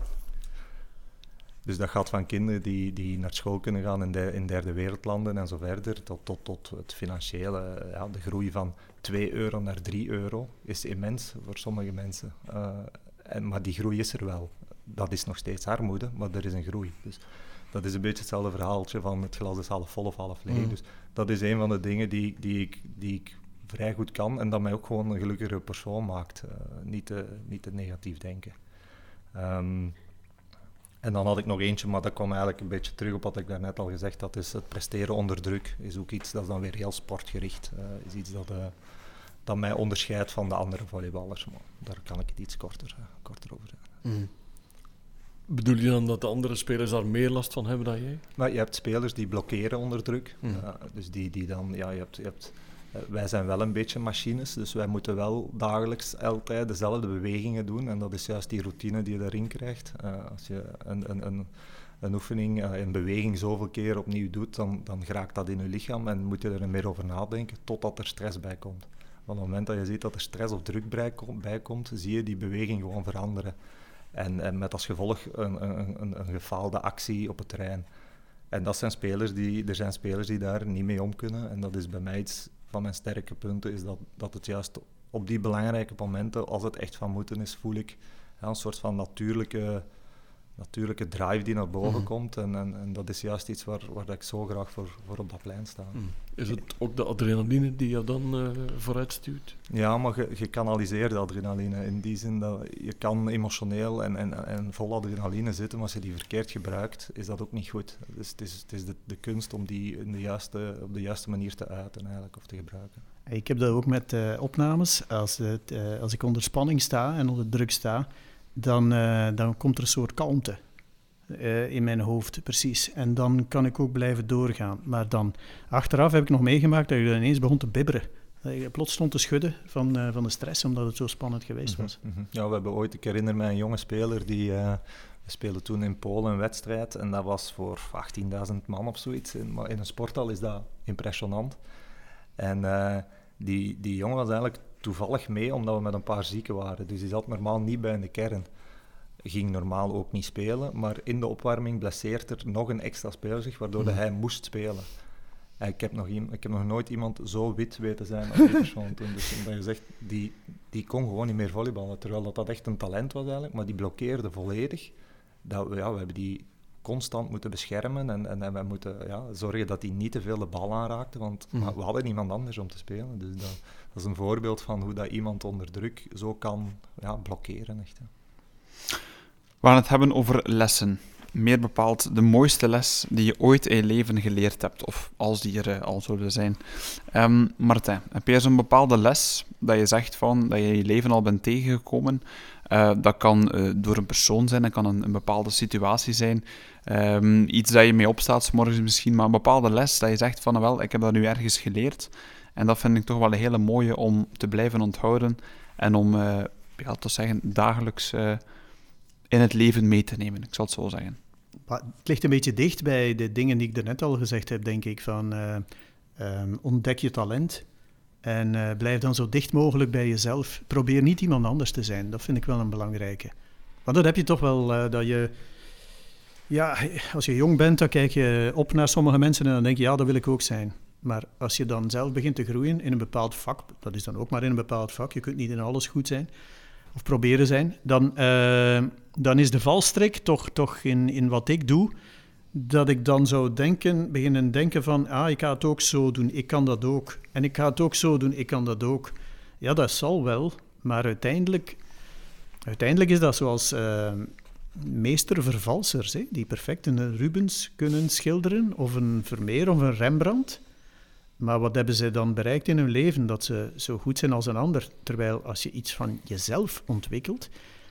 Speaker 4: Dus dat gaat van kinderen die, die naar school kunnen gaan in, de, in derde wereldlanden en zo verder, tot, tot, tot het financiële. Ja, de groei van twee euro naar drie euro is immens voor sommige mensen. Uh, en, maar die groei is er wel. Dat is nog steeds armoede, maar er is een groei. Dus dat is een beetje hetzelfde verhaaltje van het glas is half vol of half leeg. Mm. Dus dat is een van de dingen die, die, ik, die ik vrij goed kan en dat mij ook gewoon een gelukkigere persoon maakt. Uh, niet, te, niet te negatief denken. Um, en dan had ik nog eentje, maar dat kwam eigenlijk een beetje terug op wat ik daarnet al gezegd had. Is het presteren onder druk is ook iets dat is dan weer heel sportgericht. Uh, is iets dat, uh, dat mij onderscheidt van de andere volleyballers. Maar daar kan ik het iets korter, uh, korter over zeggen.
Speaker 2: Mm. Bedoel je dan dat de andere spelers daar meer last van hebben dan jij?
Speaker 4: Maar je hebt spelers die blokkeren onder druk.
Speaker 2: Mm.
Speaker 4: Uh, dus die, die dan, ja, je hebt... Je hebt uh, wij zijn wel een beetje machines, dus wij moeten wel dagelijks altijd dezelfde bewegingen doen. En dat is juist die routine die je daarin krijgt. Uh, als je een, een, een, een oefening, uh, een beweging zoveel keer opnieuw doet, dan, dan geraakt dat in je lichaam en moet je er meer over nadenken totdat er stress bij komt. Want op het moment dat je ziet dat er stress of druk bij komt, bij komt zie je die beweging gewoon veranderen. En, en met als gevolg een, een, een, een gefaalde actie op het terrein. En dat zijn spelers die, er zijn spelers die daar niet mee om kunnen. En dat is bij mij iets van mijn sterke punten, is dat, dat het juist op die belangrijke momenten, als het echt van moeten is, voel ik ja, een soort van natuurlijke, natuurlijke drive die naar boven mm. komt. En, en, en dat is juist iets waar, waar ik zo graag voor, voor op dat plein sta. Mm.
Speaker 2: Is het ook de adrenaline die je dan uh, vooruit stuurt?
Speaker 4: Ja, maar je, je kanaliseert de adrenaline. In die zin dat je kan emotioneel en, en, en vol adrenaline zitten, maar als je die verkeerd gebruikt, is dat ook niet goed. Dus het is, het is de, de kunst om die in de juiste, op de juiste manier te uiten eigenlijk, of te gebruiken.
Speaker 3: Ik heb dat ook met uh, opnames. Als, het, uh, als ik onder spanning sta en onder druk sta, dan, uh, dan komt er een soort kalmte. Uh, in mijn hoofd, precies. En dan kan ik ook blijven doorgaan. Maar dan, achteraf heb ik nog meegemaakt dat ik dan ineens begon te bibberen. Dat ik plots stond te schudden van, uh, van de stress, omdat het zo spannend geweest was.
Speaker 4: Mm-hmm. Ja, we hebben ooit, ik herinner me een jonge speler, die, uh, we speelden toen in Polen een wedstrijd, en dat was voor achttienduizend man of zoiets. In, maar in een sporthal is dat impressionant. En uh, die, die jongen was eigenlijk toevallig mee, omdat we met een paar zieken waren. Dus die zat normaal niet bij in de kern. Ging normaal ook niet spelen, maar in de opwarming blesseert er nog een extra speler zich, waardoor mm. hij moest spelen. En ik, heb nog iem- ik heb nog nooit iemand zo wit weten zijn als die persoon toen. Dus omdat je zegt, die, die kon gewoon niet meer volleyballen, terwijl dat, dat echt een talent was eigenlijk, maar die blokkeerde volledig. Dat we, ja, we hebben die constant moeten beschermen en, en, en we moeten ja, zorgen dat hij niet te veel de bal aanraakte, want mm. maar we hadden niemand anders om te spelen. Dus dat, dat is een voorbeeld van hoe dat iemand onder druk zo kan ja, blokkeren. Echt, hè.
Speaker 1: We gaan het hebben over lessen. Meer bepaald de mooiste les die je ooit in je leven geleerd hebt, of als die er uh, al zouden zijn. Um, Martijn, heb jij zo'n bepaalde les dat je zegt van, dat je in je leven al bent tegengekomen? Uh, dat kan uh, door een persoon zijn, dat kan een, een bepaalde situatie zijn. Um, iets dat je mee opstaat 's morgens misschien, maar een bepaalde les dat je zegt van, wel, ik heb dat nu ergens geleerd. En dat vind ik toch wel een hele mooie om te blijven onthouden en om, uh, ja, te zeggen, dagelijks uh, in het leven mee te nemen, ik zal het zo zeggen.
Speaker 3: Het ligt een beetje dicht bij de dingen die ik daarnet al gezegd heb, denk ik, van uh, um, ontdek je talent en uh, blijf dan zo dicht mogelijk bij jezelf. Probeer niet iemand anders te zijn, dat vind ik wel een belangrijke. Want dan heb je toch wel uh, dat je... Ja, als je jong bent, dan kijk je op naar sommige mensen en dan denk je, ja, dat wil ik ook zijn. Maar als je dan zelf begint te groeien in een bepaald vak, dat is dan ook maar in een bepaald vak, je kunt niet in alles goed zijn, of proberen zijn, dan, uh, dan is de valstrik toch, toch in, in wat ik doe, dat ik dan zou denken, beginnen denken van, ah, ik ga het ook zo doen, ik kan dat ook. En ik ga het ook zo doen, ik kan dat ook. Ja, dat zal wel, maar uiteindelijk, uiteindelijk is dat zoals uh, meestervervalsers, hè, die perfect een Rubens kunnen schilderen, of een Vermeer of een Rembrandt. Maar wat hebben ze dan bereikt in hun leven? Dat ze zo goed zijn als een ander. Terwijl als je iets van jezelf ontwikkelt,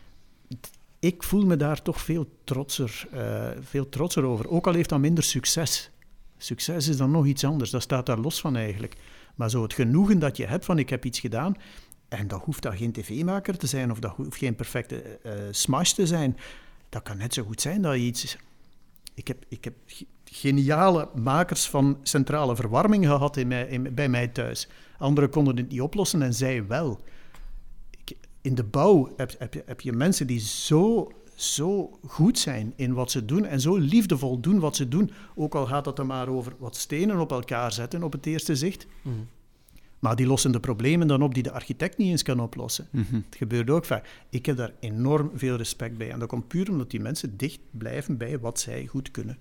Speaker 3: ik voel me daar toch veel trotser, uh, veel trotser over. Ook al heeft dat minder succes. Succes is dan nog iets anders, dat staat daar los van eigenlijk. Maar zo het genoegen dat je hebt van ik heb iets gedaan, en dat hoeft dan geen tv-maker te zijn, of dat hoeft geen perfecte uh, smash te zijn. dat kan net zo goed zijn dat je iets... Ik heb, ik heb geniale makers van centrale verwarming gehad in mij, in, bij mij thuis. Anderen konden het niet oplossen en zij wel. Ik, in de bouw heb, heb, je, heb je mensen die zo, zo goed zijn in wat ze doen en zo liefdevol doen wat ze doen. Ook al gaat het er maar over wat stenen op elkaar zetten op het eerste zicht. Mm. Maar die lossen de problemen dan op die de architect niet eens kan oplossen. Mm-hmm. Het gebeurt ook vaak. Ik heb daar enorm veel respect bij. En dat komt puur omdat die mensen dicht blijven bij wat zij goed kunnen.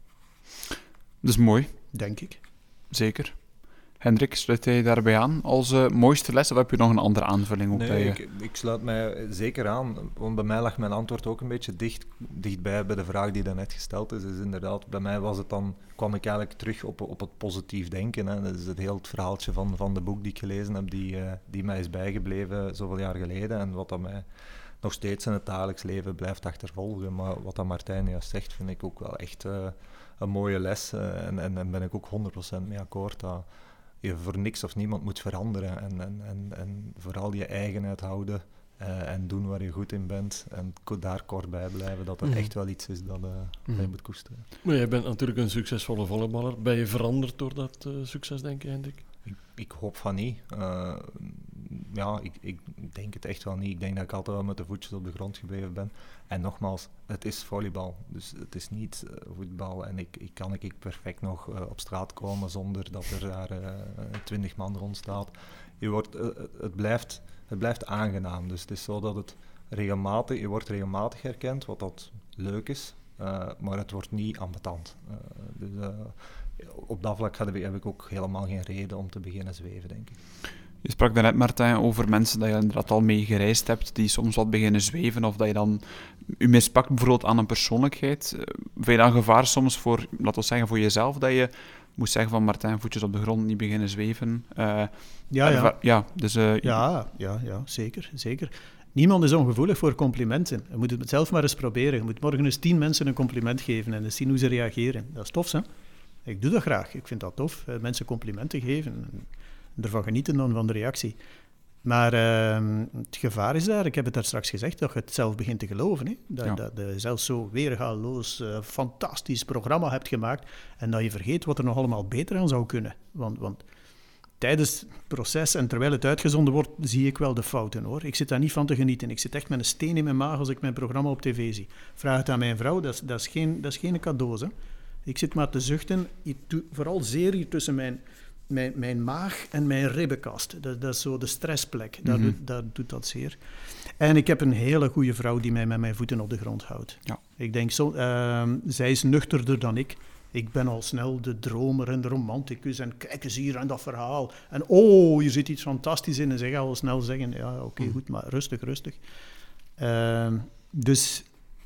Speaker 1: Dat is mooi.
Speaker 3: Denk ik.
Speaker 1: Zeker. Hendrik, sluit jij daarbij aan als uh, mooiste les, of heb je nog een andere aanvulling op?
Speaker 4: Nee,
Speaker 1: bij je?
Speaker 4: ik, ik sluit mij zeker aan, want bij mij lag mijn antwoord ook een beetje dicht, dichtbij bij de vraag die daarnet gesteld is. Dus inderdaad, bij mij was het dan, kwam ik eigenlijk terug op, op het positief denken. Hè. Dat is het heel het verhaaltje van, van de boek die ik gelezen heb, die, uh, die mij is bijgebleven zoveel jaar geleden en wat dat mij nog steeds in het dagelijks leven blijft achtervolgen. Maar wat dat Martijn juist zegt, vind ik ook wel echt uh, een mooie les uh, en, en, en ben ik ook honderd procent mee akkoord dat je voor niks of niemand moet veranderen en, en, en, en vooral je eigenheid houden uh, en doen waar je goed in bent en daar kort bij blijven, dat er mm. echt wel iets is dat, uh, mm. dat je moet koesteren.
Speaker 2: Maar jij bent natuurlijk een succesvolle volleyballer. Ben je veranderd door dat uh, succes, denk je, Hendrik?
Speaker 4: Ik, ik hoop van niet. Uh, ja, ik, ik denk het echt wel niet. Ik denk dat ik altijd wel met de voetjes op de grond gebleven ben. En nogmaals, het is volleybal, dus het is niet uh, voetbal. En ik, ik kan ik perfect nog uh, op straat komen zonder dat er daar twintig uh, man rond staat. Je wordt, uh, het, blijft, het blijft aangenaam. Dus het is zo dat het regelmatig, je wordt regelmatig herkend, wat dat leuk is. Uh, maar het wordt niet ambetant. Uh, dus uh, op dat vlak heb ik, heb ik ook helemaal geen reden om te beginnen zweven, denk ik.
Speaker 1: Je sprak daarnet, Martijn, over mensen dat je inderdaad al mee gereisd hebt, die soms wat beginnen zweven, of dat je dan je mispakt bijvoorbeeld aan een persoonlijkheid. Vind je dan gevaar soms voor, laten we zeggen, voor jezelf, dat je moet zeggen van Martijn, voetjes op de grond, niet beginnen zweven? Uh,
Speaker 3: ja, ja.
Speaker 1: ja, dus, uh,
Speaker 3: ja, ja, ja, zeker, zeker. Niemand is ongevoelig voor complimenten. Je moet het zelf maar eens proberen. Je moet morgen eens tien mensen een compliment geven en eens zien hoe ze reageren. Dat is tof, hè? Ik doe dat graag. Ik vind dat tof, mensen complimenten geven. En ervan genieten dan van de reactie. Maar uh, het gevaar is daar, ik heb het daar straks gezegd, dat je het zelf begint te geloven. Hè? Dat, ja. dat je zelfs zo weergaloos, uh, fantastisch programma hebt gemaakt en dat je vergeet wat er nog allemaal beter aan zou kunnen. Want, want tijdens het proces en terwijl het uitgezonden wordt, zie ik wel de fouten, hoor. Ik zit daar niet van te genieten. Ik zit echt met een steen in mijn maag als ik mijn programma op tv zie. Vraag het aan mijn vrouw, dat is, dat is, geen, dat is geen cadeau, hè. Ik zit maar te zuchten, ik doe vooral zeer hier tussen mijn... Mijn, mijn maag en mijn ribbenkast. Dat, dat is zo de stressplek. Dat, mm-hmm. doet, dat doet dat zeer. En ik heb een hele goede vrouw die mij met mijn voeten op de grond houdt. Ja. Ik denk, zo, uh, zij is nuchterder dan ik. Ik ben al snel de dromer en de romanticus. En kijk eens hier aan dat verhaal. En oh, hier zit iets fantastisch in. En zij gaat al snel zeggen, ja, oké, okay, mm. goed, maar rustig, rustig. Uh, dus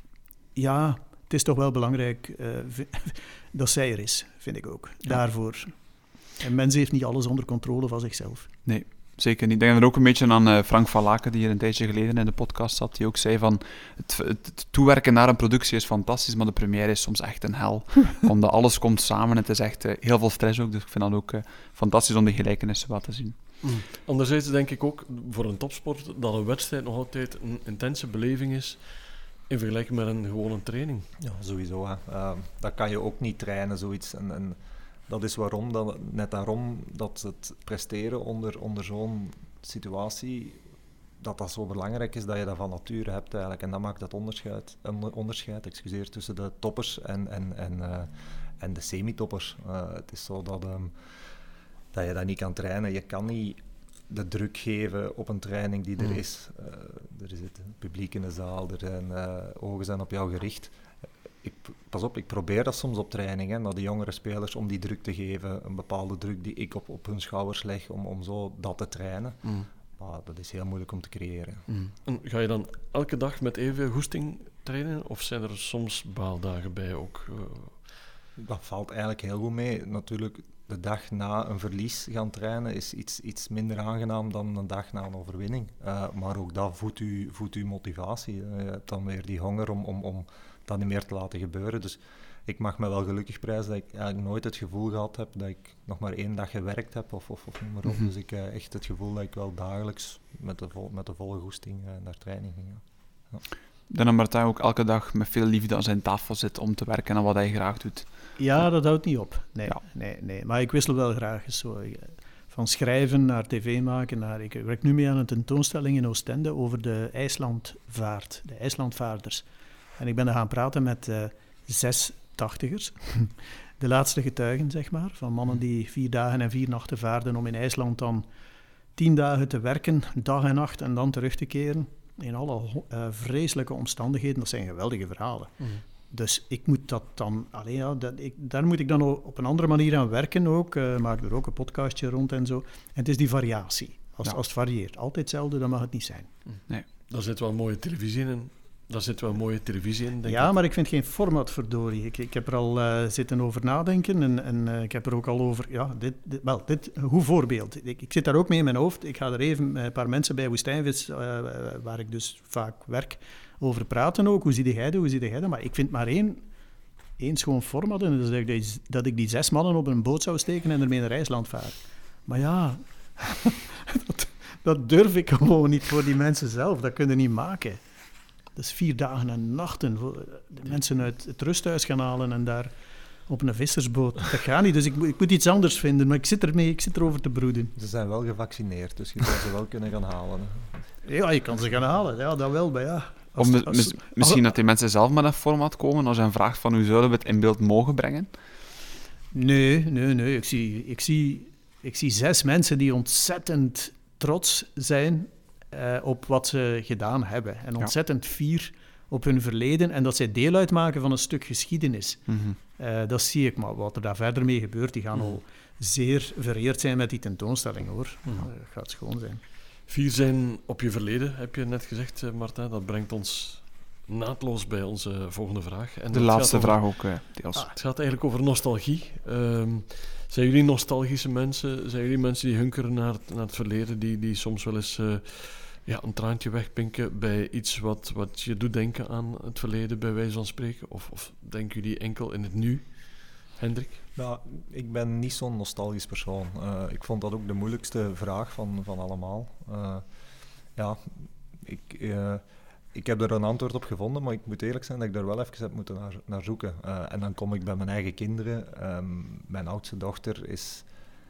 Speaker 3: ja, het is toch wel belangrijk uh, dat zij er is, vind ik ook. Ja. Daarvoor... En mens heeft niet alles onder controle van zichzelf.
Speaker 1: Nee, zeker niet. Ik denk er ook een beetje aan uh, Frank van Laken, die hier een tijdje geleden in de podcast zat, die ook zei van, het, het, het toewerken naar een productie is fantastisch, maar de première is soms echt een hel. Omdat alles komt samen en het is echt uh, heel veel stress ook, dus ik vind dat ook uh, fantastisch om die gelijkenissen wat te zien.
Speaker 2: Mm. Anderzijds denk ik ook, voor een topsport, dat een wedstrijd nog altijd een intense beleving is, in vergelijking met een gewone training.
Speaker 4: Ja, sowieso. Hè. Uh, dat kan je ook niet trainen, zoiets. En, en dat is waarom, dat, net daarom, dat het presteren onder, onder zo'n situatie, dat dat zo belangrijk is dat je dat van nature hebt eigenlijk. En dat maakt het onderscheid, onderscheid excuseer, tussen de toppers en, en, en, uh, en de semi-toppers. Uh, het is zo dat, um, dat je dat niet kan trainen. Je kan niet de druk geven op een training die er mm. is. Uh, er zit een publiek in de zaal, er zijn uh, ogen zijn op jou gericht. Ik, pas op, ik probeer dat soms op training, hè, naar de jongere spelers, om die druk te geven. Een bepaalde druk die ik op, op hun schouders leg, om, om zo dat te trainen. Mm. Maar dat is heel moeilijk om te creëren.
Speaker 2: Mm. En ga je dan elke dag met evenveel goesting trainen? Of zijn er soms baaldagen bij ook? Uh...
Speaker 4: Dat valt eigenlijk heel goed mee. Natuurlijk, de dag na een verlies gaan trainen is iets, iets minder aangenaam dan een dag na een overwinning. Uh, maar ook dat voedt u, voedt u motivatie. Uh, je hebt dan weer die honger om... om, om dat niet meer te laten gebeuren. Dus ik mag me wel gelukkig prijzen dat ik eigenlijk nooit het gevoel gehad heb dat ik nog maar één dag gewerkt heb of, of, of noem maar op. Mm-hmm. Dus ik heb uh, echt het gevoel dat ik wel dagelijks met de, vol, met de volle goesting uh, naar training ging. Ja.
Speaker 1: dat Martijn ook elke dag met veel liefde aan zijn tafel zit om te werken aan wat hij graag doet.
Speaker 3: Ja, dat houdt niet op. Nee,
Speaker 1: Ja.
Speaker 3: nee, nee. Maar ik wissel wel graag eens zo. Van schrijven naar tv maken. Naar, ik werk nu mee aan een tentoonstelling in Oostende over de IJslandvaart, de IJslandvaarders. En ik ben er gaan praten met uh, zes tachtigers. De laatste getuigen, zeg maar, van mannen die vier dagen en vier nachten vaarden om in IJsland dan tien dagen te werken, dag en nacht, en dan terug te keren. In alle uh, vreselijke omstandigheden. Dat zijn geweldige verhalen. Mm. Dus ik moet dat dan... Allee, ja, dat, ik, daar moet ik dan op een andere manier aan werken ook. Uh, maak er ook een podcastje rond en zo. En het is die variatie. Als, ja. als het varieert. Altijd hetzelfde, dan mag het niet zijn.
Speaker 1: Nee.
Speaker 2: Daar zit wel mooie televisie in. Daar zit wel mooie televisie in, denk
Speaker 3: ja,
Speaker 2: ik.
Speaker 3: maar ik vind geen format, verdorie. Ik, ik heb er al uh, zitten over nadenken en, en uh, ik heb er ook al over... Ja, dit, dit, wel, dit, hoe voorbeeld. Ik, ik zit daar ook mee in mijn hoofd. Ik ga er even met een paar mensen bij Woestijnvis, uh, waar ik dus vaak werk, over praten ook. Hoe zie jij dat, hoe zie jij dat? Maar ik vind maar één, één schoon format. En dat is dat ik, die, dat ik die zes mannen op een boot zou steken en ermee naar IJsland vaar. Maar ja, dat, dat durf ik gewoon niet voor die mensen zelf. Dat kunnen niet maken. Dat is vier dagen en nachten. De mensen uit het rusthuis gaan halen en daar op een vissersboot. Dat gaat niet, dus ik, ik moet iets anders vinden. Maar ik zit ermee, ik zit erover te broeden.
Speaker 4: Ze zijn wel gevaccineerd, dus je zou ze wel kunnen gaan halen.
Speaker 3: Ja, je kan ze gaan halen. Ja, dat wel, maar ja.
Speaker 1: Als, of als, mis, misschien als, dat die mensen zelf met een format komen als je een vraagt van hoe zouden we het in beeld mogen brengen?
Speaker 3: Nee, nee, nee. Ik zie, ik zie, ik zie zes mensen die ontzettend trots zijn uh, op wat ze gedaan hebben. En ontzettend ja. fier op hun verleden. En dat zij deel uitmaken van een stuk geschiedenis.
Speaker 1: Mm-hmm.
Speaker 3: Uh, dat zie ik. Maar wat er daar verder mee gebeurt, die gaan mm. al zeer vereerd zijn met die tentoonstelling, hoor. Mm. Dat gaat schoon zijn.
Speaker 2: Fier zijn op je verleden, heb je net gezegd, Martijn. Dat brengt ons naadloos bij onze volgende vraag. En
Speaker 1: de laatste
Speaker 2: over,
Speaker 1: vraag ook, uh, deels.
Speaker 2: Ah, het gaat eigenlijk over nostalgie. Um, zijn jullie nostalgische mensen? Zijn jullie mensen die hunkeren naar het, naar het verleden, die, die soms wel eens uh, ja, een traantje wegpinken bij iets wat, wat je doet denken aan het verleden, bij wijze van spreken? Of, of denken jullie enkel in het nu? Hendrik?
Speaker 4: Nou, ik ben niet zo'n nostalgisch persoon. Uh, ik vond dat ook de moeilijkste vraag van, van allemaal. Uh, ja, ik, uh, ik heb er een antwoord op gevonden, maar ik moet eerlijk zijn dat ik er wel even heb moeten naar, naar zoeken. Uh, en dan kom ik bij mijn eigen kinderen. Um, mijn oudste dochter is,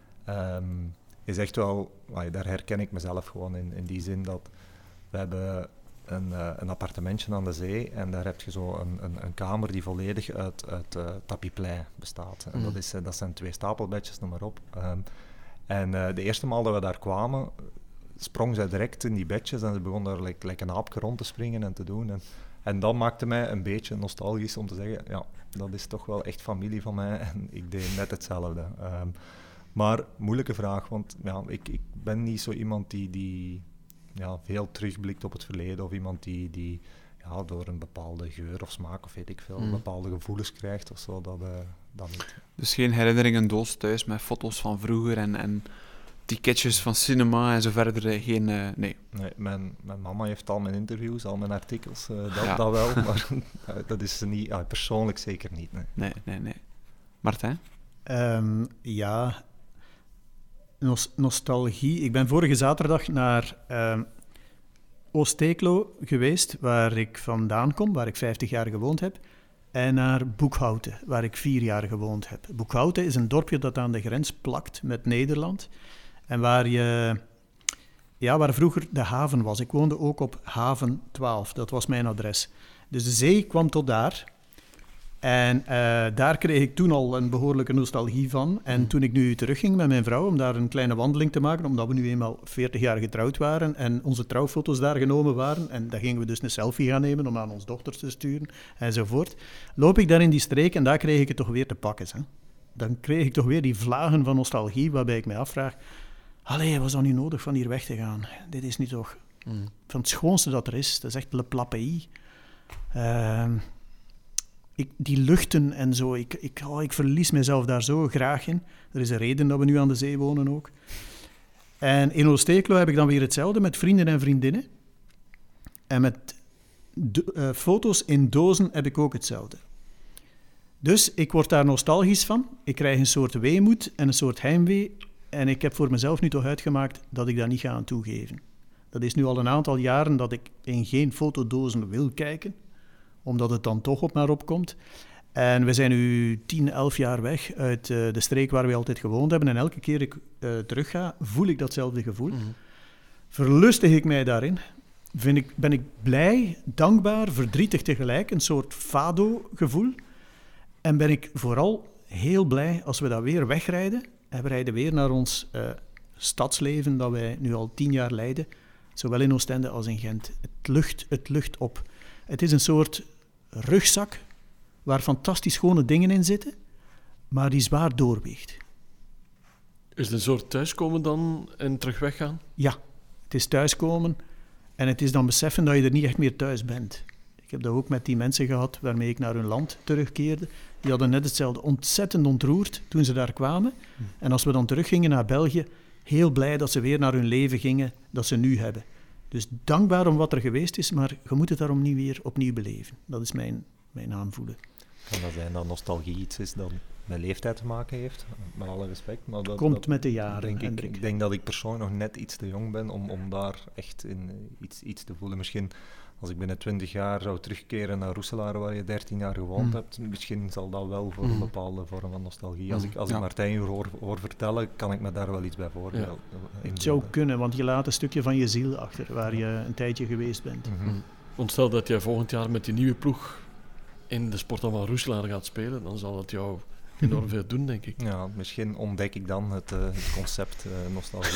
Speaker 4: um, is echt wel... Daar herken ik mezelf gewoon in, in die zin dat we hebben... Een, uh, een appartementje aan de zee en daar heb je zo een, een, een kamer die volledig uit, uit uh, tapis-plei bestaat. En mm. dat, is, uh, dat zijn twee stapelbedjes, noem maar op. Um, en uh, de eerste maal dat we daar kwamen, sprong zij direct in die bedjes en ze begon daar like, like een aapje rond te springen en te doen. En, en dat maakte mij een beetje nostalgisch om te zeggen, ja, dat is toch wel echt familie van mij en ik deed net hetzelfde. Um, maar, moeilijke vraag, want ja, ik, ik ben niet zo iemand die... die Ja, veel terugblikt op het verleden of iemand die, die ja, door een bepaalde geur of smaak of weet ik veel, mm. bepaalde gevoelens krijgt of zo, dat, uh, dat niet.
Speaker 1: Dus geen herinneringendoos thuis met foto's van vroeger en, en ticketjes van cinema en zo verder, geen... Uh, nee.
Speaker 4: Nee, mijn, mijn mama heeft al mijn interviews, al mijn artikels, uh, dat, ja. dat wel, maar uh, dat is niet, uh, persoonlijk zeker niet. Nee,
Speaker 1: nee, nee. nee. Martijn?
Speaker 3: Um, ja... Nos- nostalgie. Ik ben vorige zaterdag naar uh, Oost-Eeklo geweest, waar ik vandaan kom, waar ik vijftig jaar gewoond heb, en naar Boekhouten, waar ik vier jaar gewoond heb. Boekhouten is een dorpje dat aan de grens plakt met Nederland en waar, je, ja, waar vroeger de haven was. Ik woonde ook op Haven twaalf, dat was mijn adres. Dus de zee kwam tot daar. En uh, daar kreeg ik toen al een behoorlijke nostalgie van. En mm. toen ik nu terugging met mijn vrouw om daar een kleine wandeling te maken, omdat we nu eenmaal veertig jaar getrouwd waren en onze trouwfoto's daar genomen waren, en daar gingen we dus een selfie gaan nemen om aan onze dochters te sturen enzovoort, loop ik daar in die streek en daar kreeg ik het toch weer te pakken. Hè. Dan kreeg ik toch weer die vlagen van nostalgie, waarbij ik mij afvraag, allee, was dat nu nodig van hier weg te gaan? Dit is niet toch mm. van het schoonste dat er is. Dat is echt le plapéi. Uh, Ik, die luchten en zo, ik, ik, oh, ik verlies mezelf daar zo graag in. Er is een reden dat we nu aan de zee wonen ook. En in Oost-Eeklo heb ik dan weer hetzelfde met vrienden en vriendinnen. En met do, uh, foto's in dozen heb ik ook hetzelfde. Dus ik word daar nostalgisch van. Ik krijg een soort weemoed en een soort heimwee. En ik heb voor mezelf nu toch uitgemaakt dat ik daar niet ga aan toegeven. Dat is nu al een aantal jaren dat ik in geen fotodozen wil kijken, omdat het dan toch op maar opkomt. En we zijn nu tien, elf jaar weg uit uh, de streek waar we altijd gewoond hebben. En elke keer ik uh, terug ga, voel ik datzelfde gevoel. Mm-hmm. Verlustig ik mij daarin. Vind ik, ben ik blij, dankbaar, verdrietig tegelijk. Een soort fado-gevoel. En ben ik vooral heel blij als we dat weer wegrijden. En we rijden weer naar ons uh, stadsleven dat wij nu al tien jaar leiden. Zowel in Oostende als in Gent. Het lucht, het lucht op. Het is een soort rugzak waar fantastisch schone dingen in zitten, maar die zwaar doorweegt.
Speaker 2: Is het een soort thuiskomen dan en terug weggaan?
Speaker 3: Ja, het is thuiskomen en het is dan beseffen dat je er niet echt meer thuis bent. Ik heb dat ook met die mensen gehad waarmee ik naar hun land terugkeerde. Die hadden net hetzelfde, ontzettend ontroerd toen ze daar kwamen. Hm. En als we dan teruggingen naar België, heel blij dat ze weer naar hun leven gingen dat ze nu hebben. Dus dankbaar om wat er geweest is, maar je moet het daarom niet weer opnieuw beleven. Dat is mijn, mijn aanvoelen.
Speaker 4: Kan dat zijn dat nostalgie iets is dat met leeftijd te maken heeft? Met alle respect. Maar dat,
Speaker 3: Komt
Speaker 4: dat,
Speaker 3: met de jaren,
Speaker 4: denk ik,
Speaker 3: Hendrik.
Speaker 4: ik denk dat ik persoonlijk nog net iets te jong ben om, om daar echt in, iets, iets te voelen. Misschien als ik binnen twintig jaar zou terugkeren naar Roeselaar, waar je dertien jaar gewoond mm. hebt, misschien zal dat wel voor mm. een bepaalde vorm van nostalgie. Mm. Als ik, als ja. ik Martijn hoor, hoor vertellen, kan ik me daar wel iets bij voorstellen.
Speaker 3: Ja. Het zou kunnen, want je laat een stukje van je ziel achter, waar je een tijdje geweest bent.
Speaker 2: Mm-hmm. Mm. Want stel dat jij volgend jaar met die nieuwe ploeg in de Sporthal van Roeselaar gaat spelen, dan zal dat jou enorm veel doen, denk ik.
Speaker 4: Ja, misschien ontdek ik dan het, uh, het concept uh, nostalgie.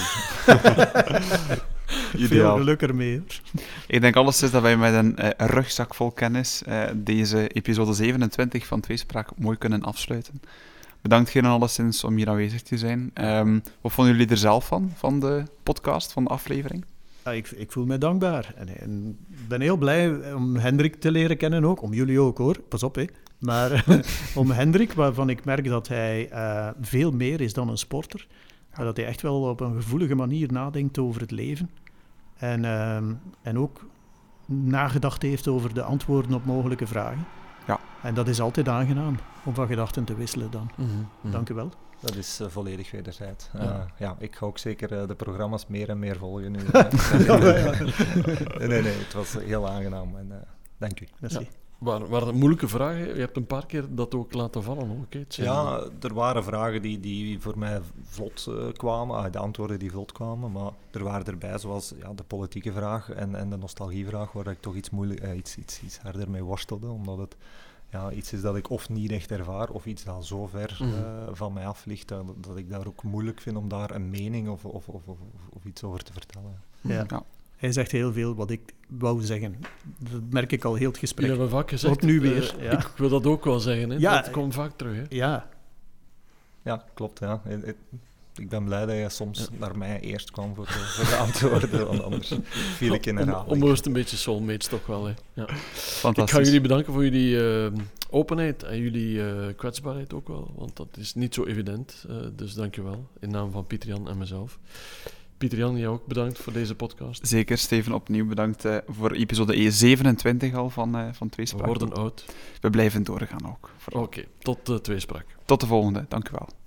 Speaker 3: Veel geluk ermee.
Speaker 1: Ik denk alleszins dat wij met een uh, rugzak vol kennis uh, deze episode zevenentwintig van Tweespraak mooi kunnen afsluiten. Bedankt Geron alleszins om hier aanwezig te zijn. Um, wat vonden jullie er zelf van, van de podcast, van de aflevering?
Speaker 3: Ja, ik, ik voel me dankbaar. En, en ben heel blij om Hendrik te leren kennen ook. Om jullie ook hoor, pas op hè. Maar om Hendrik, waarvan ik merk dat hij uh, veel meer is dan een sporter. Maar dat hij echt wel op een gevoelige manier nadenkt over het leven. En, uh, en ook nagedacht heeft over de antwoorden op mogelijke vragen.
Speaker 1: Ja.
Speaker 3: En dat is altijd aangenaam om van gedachten te wisselen dan.
Speaker 2: Mm-hmm. Mm-hmm.
Speaker 3: Dank u wel.
Speaker 4: Dat is uh, volledig wederzijds. Ja. Uh, ja, ik ga ook zeker uh, de programma's meer en meer volgen nu. Uh, nee, nee, nee, het was heel aangenaam en uh, dank u.
Speaker 3: Merci.
Speaker 2: Ja. Waren, waren het moeilijke vragen? Je hebt een paar keer dat ook laten vallen. Okay,
Speaker 4: ja, er waren vragen die, die voor mij vlot uh, kwamen, ah, de antwoorden die vlot kwamen, maar er waren erbij, zoals ja, de politieke vraag en, en de nostalgievraag, waar ik toch iets, moeilijk, uh, iets, iets, iets harder mee worstelde, omdat het ja, iets is dat ik of niet echt ervaar, of iets dat zo ver uh, van mij af ligt, dat, dat ik daar ook moeilijk vind om daar een mening of, of, of, of, of iets over te vertellen.
Speaker 3: Ja. Ja. Hij zegt heel veel wat ik wou zeggen. Dat merk ik al heel het gesprek.
Speaker 2: Jullie hebben vaak gezegd.
Speaker 3: Ook nu weer.
Speaker 2: Uh,
Speaker 3: ja.
Speaker 2: Ik wil dat ook wel zeggen. Hè.
Speaker 3: Ja,
Speaker 2: dat komt vaak terug. Hè.
Speaker 3: Ja.
Speaker 4: Ja, klopt. Ja. Ik ben blij dat je soms ja. naar mij eerst kwam voor de, voor de antwoorden, want anders viel ik in herhaling.
Speaker 2: Onbewust een beetje soulmates toch wel. Hè. Ja.
Speaker 1: Fantastisch.
Speaker 2: Ik ga jullie bedanken voor jullie uh, openheid en jullie uh, kwetsbaarheid ook wel, want dat is niet zo evident. Uh, dus dank je wel, in naam van Pieter-Jan en mezelf. Pieter-Jan, jij ook bedankt voor deze podcast.
Speaker 1: Zeker, Steven, opnieuw bedankt uh, voor episode E zevenentwintig al van, uh, van Tweespraak.
Speaker 2: We worden oud.
Speaker 1: We blijven doorgaan ook.
Speaker 2: Oké, okay, tot uh, Tweespraak.
Speaker 1: Tot de volgende, dank u wel.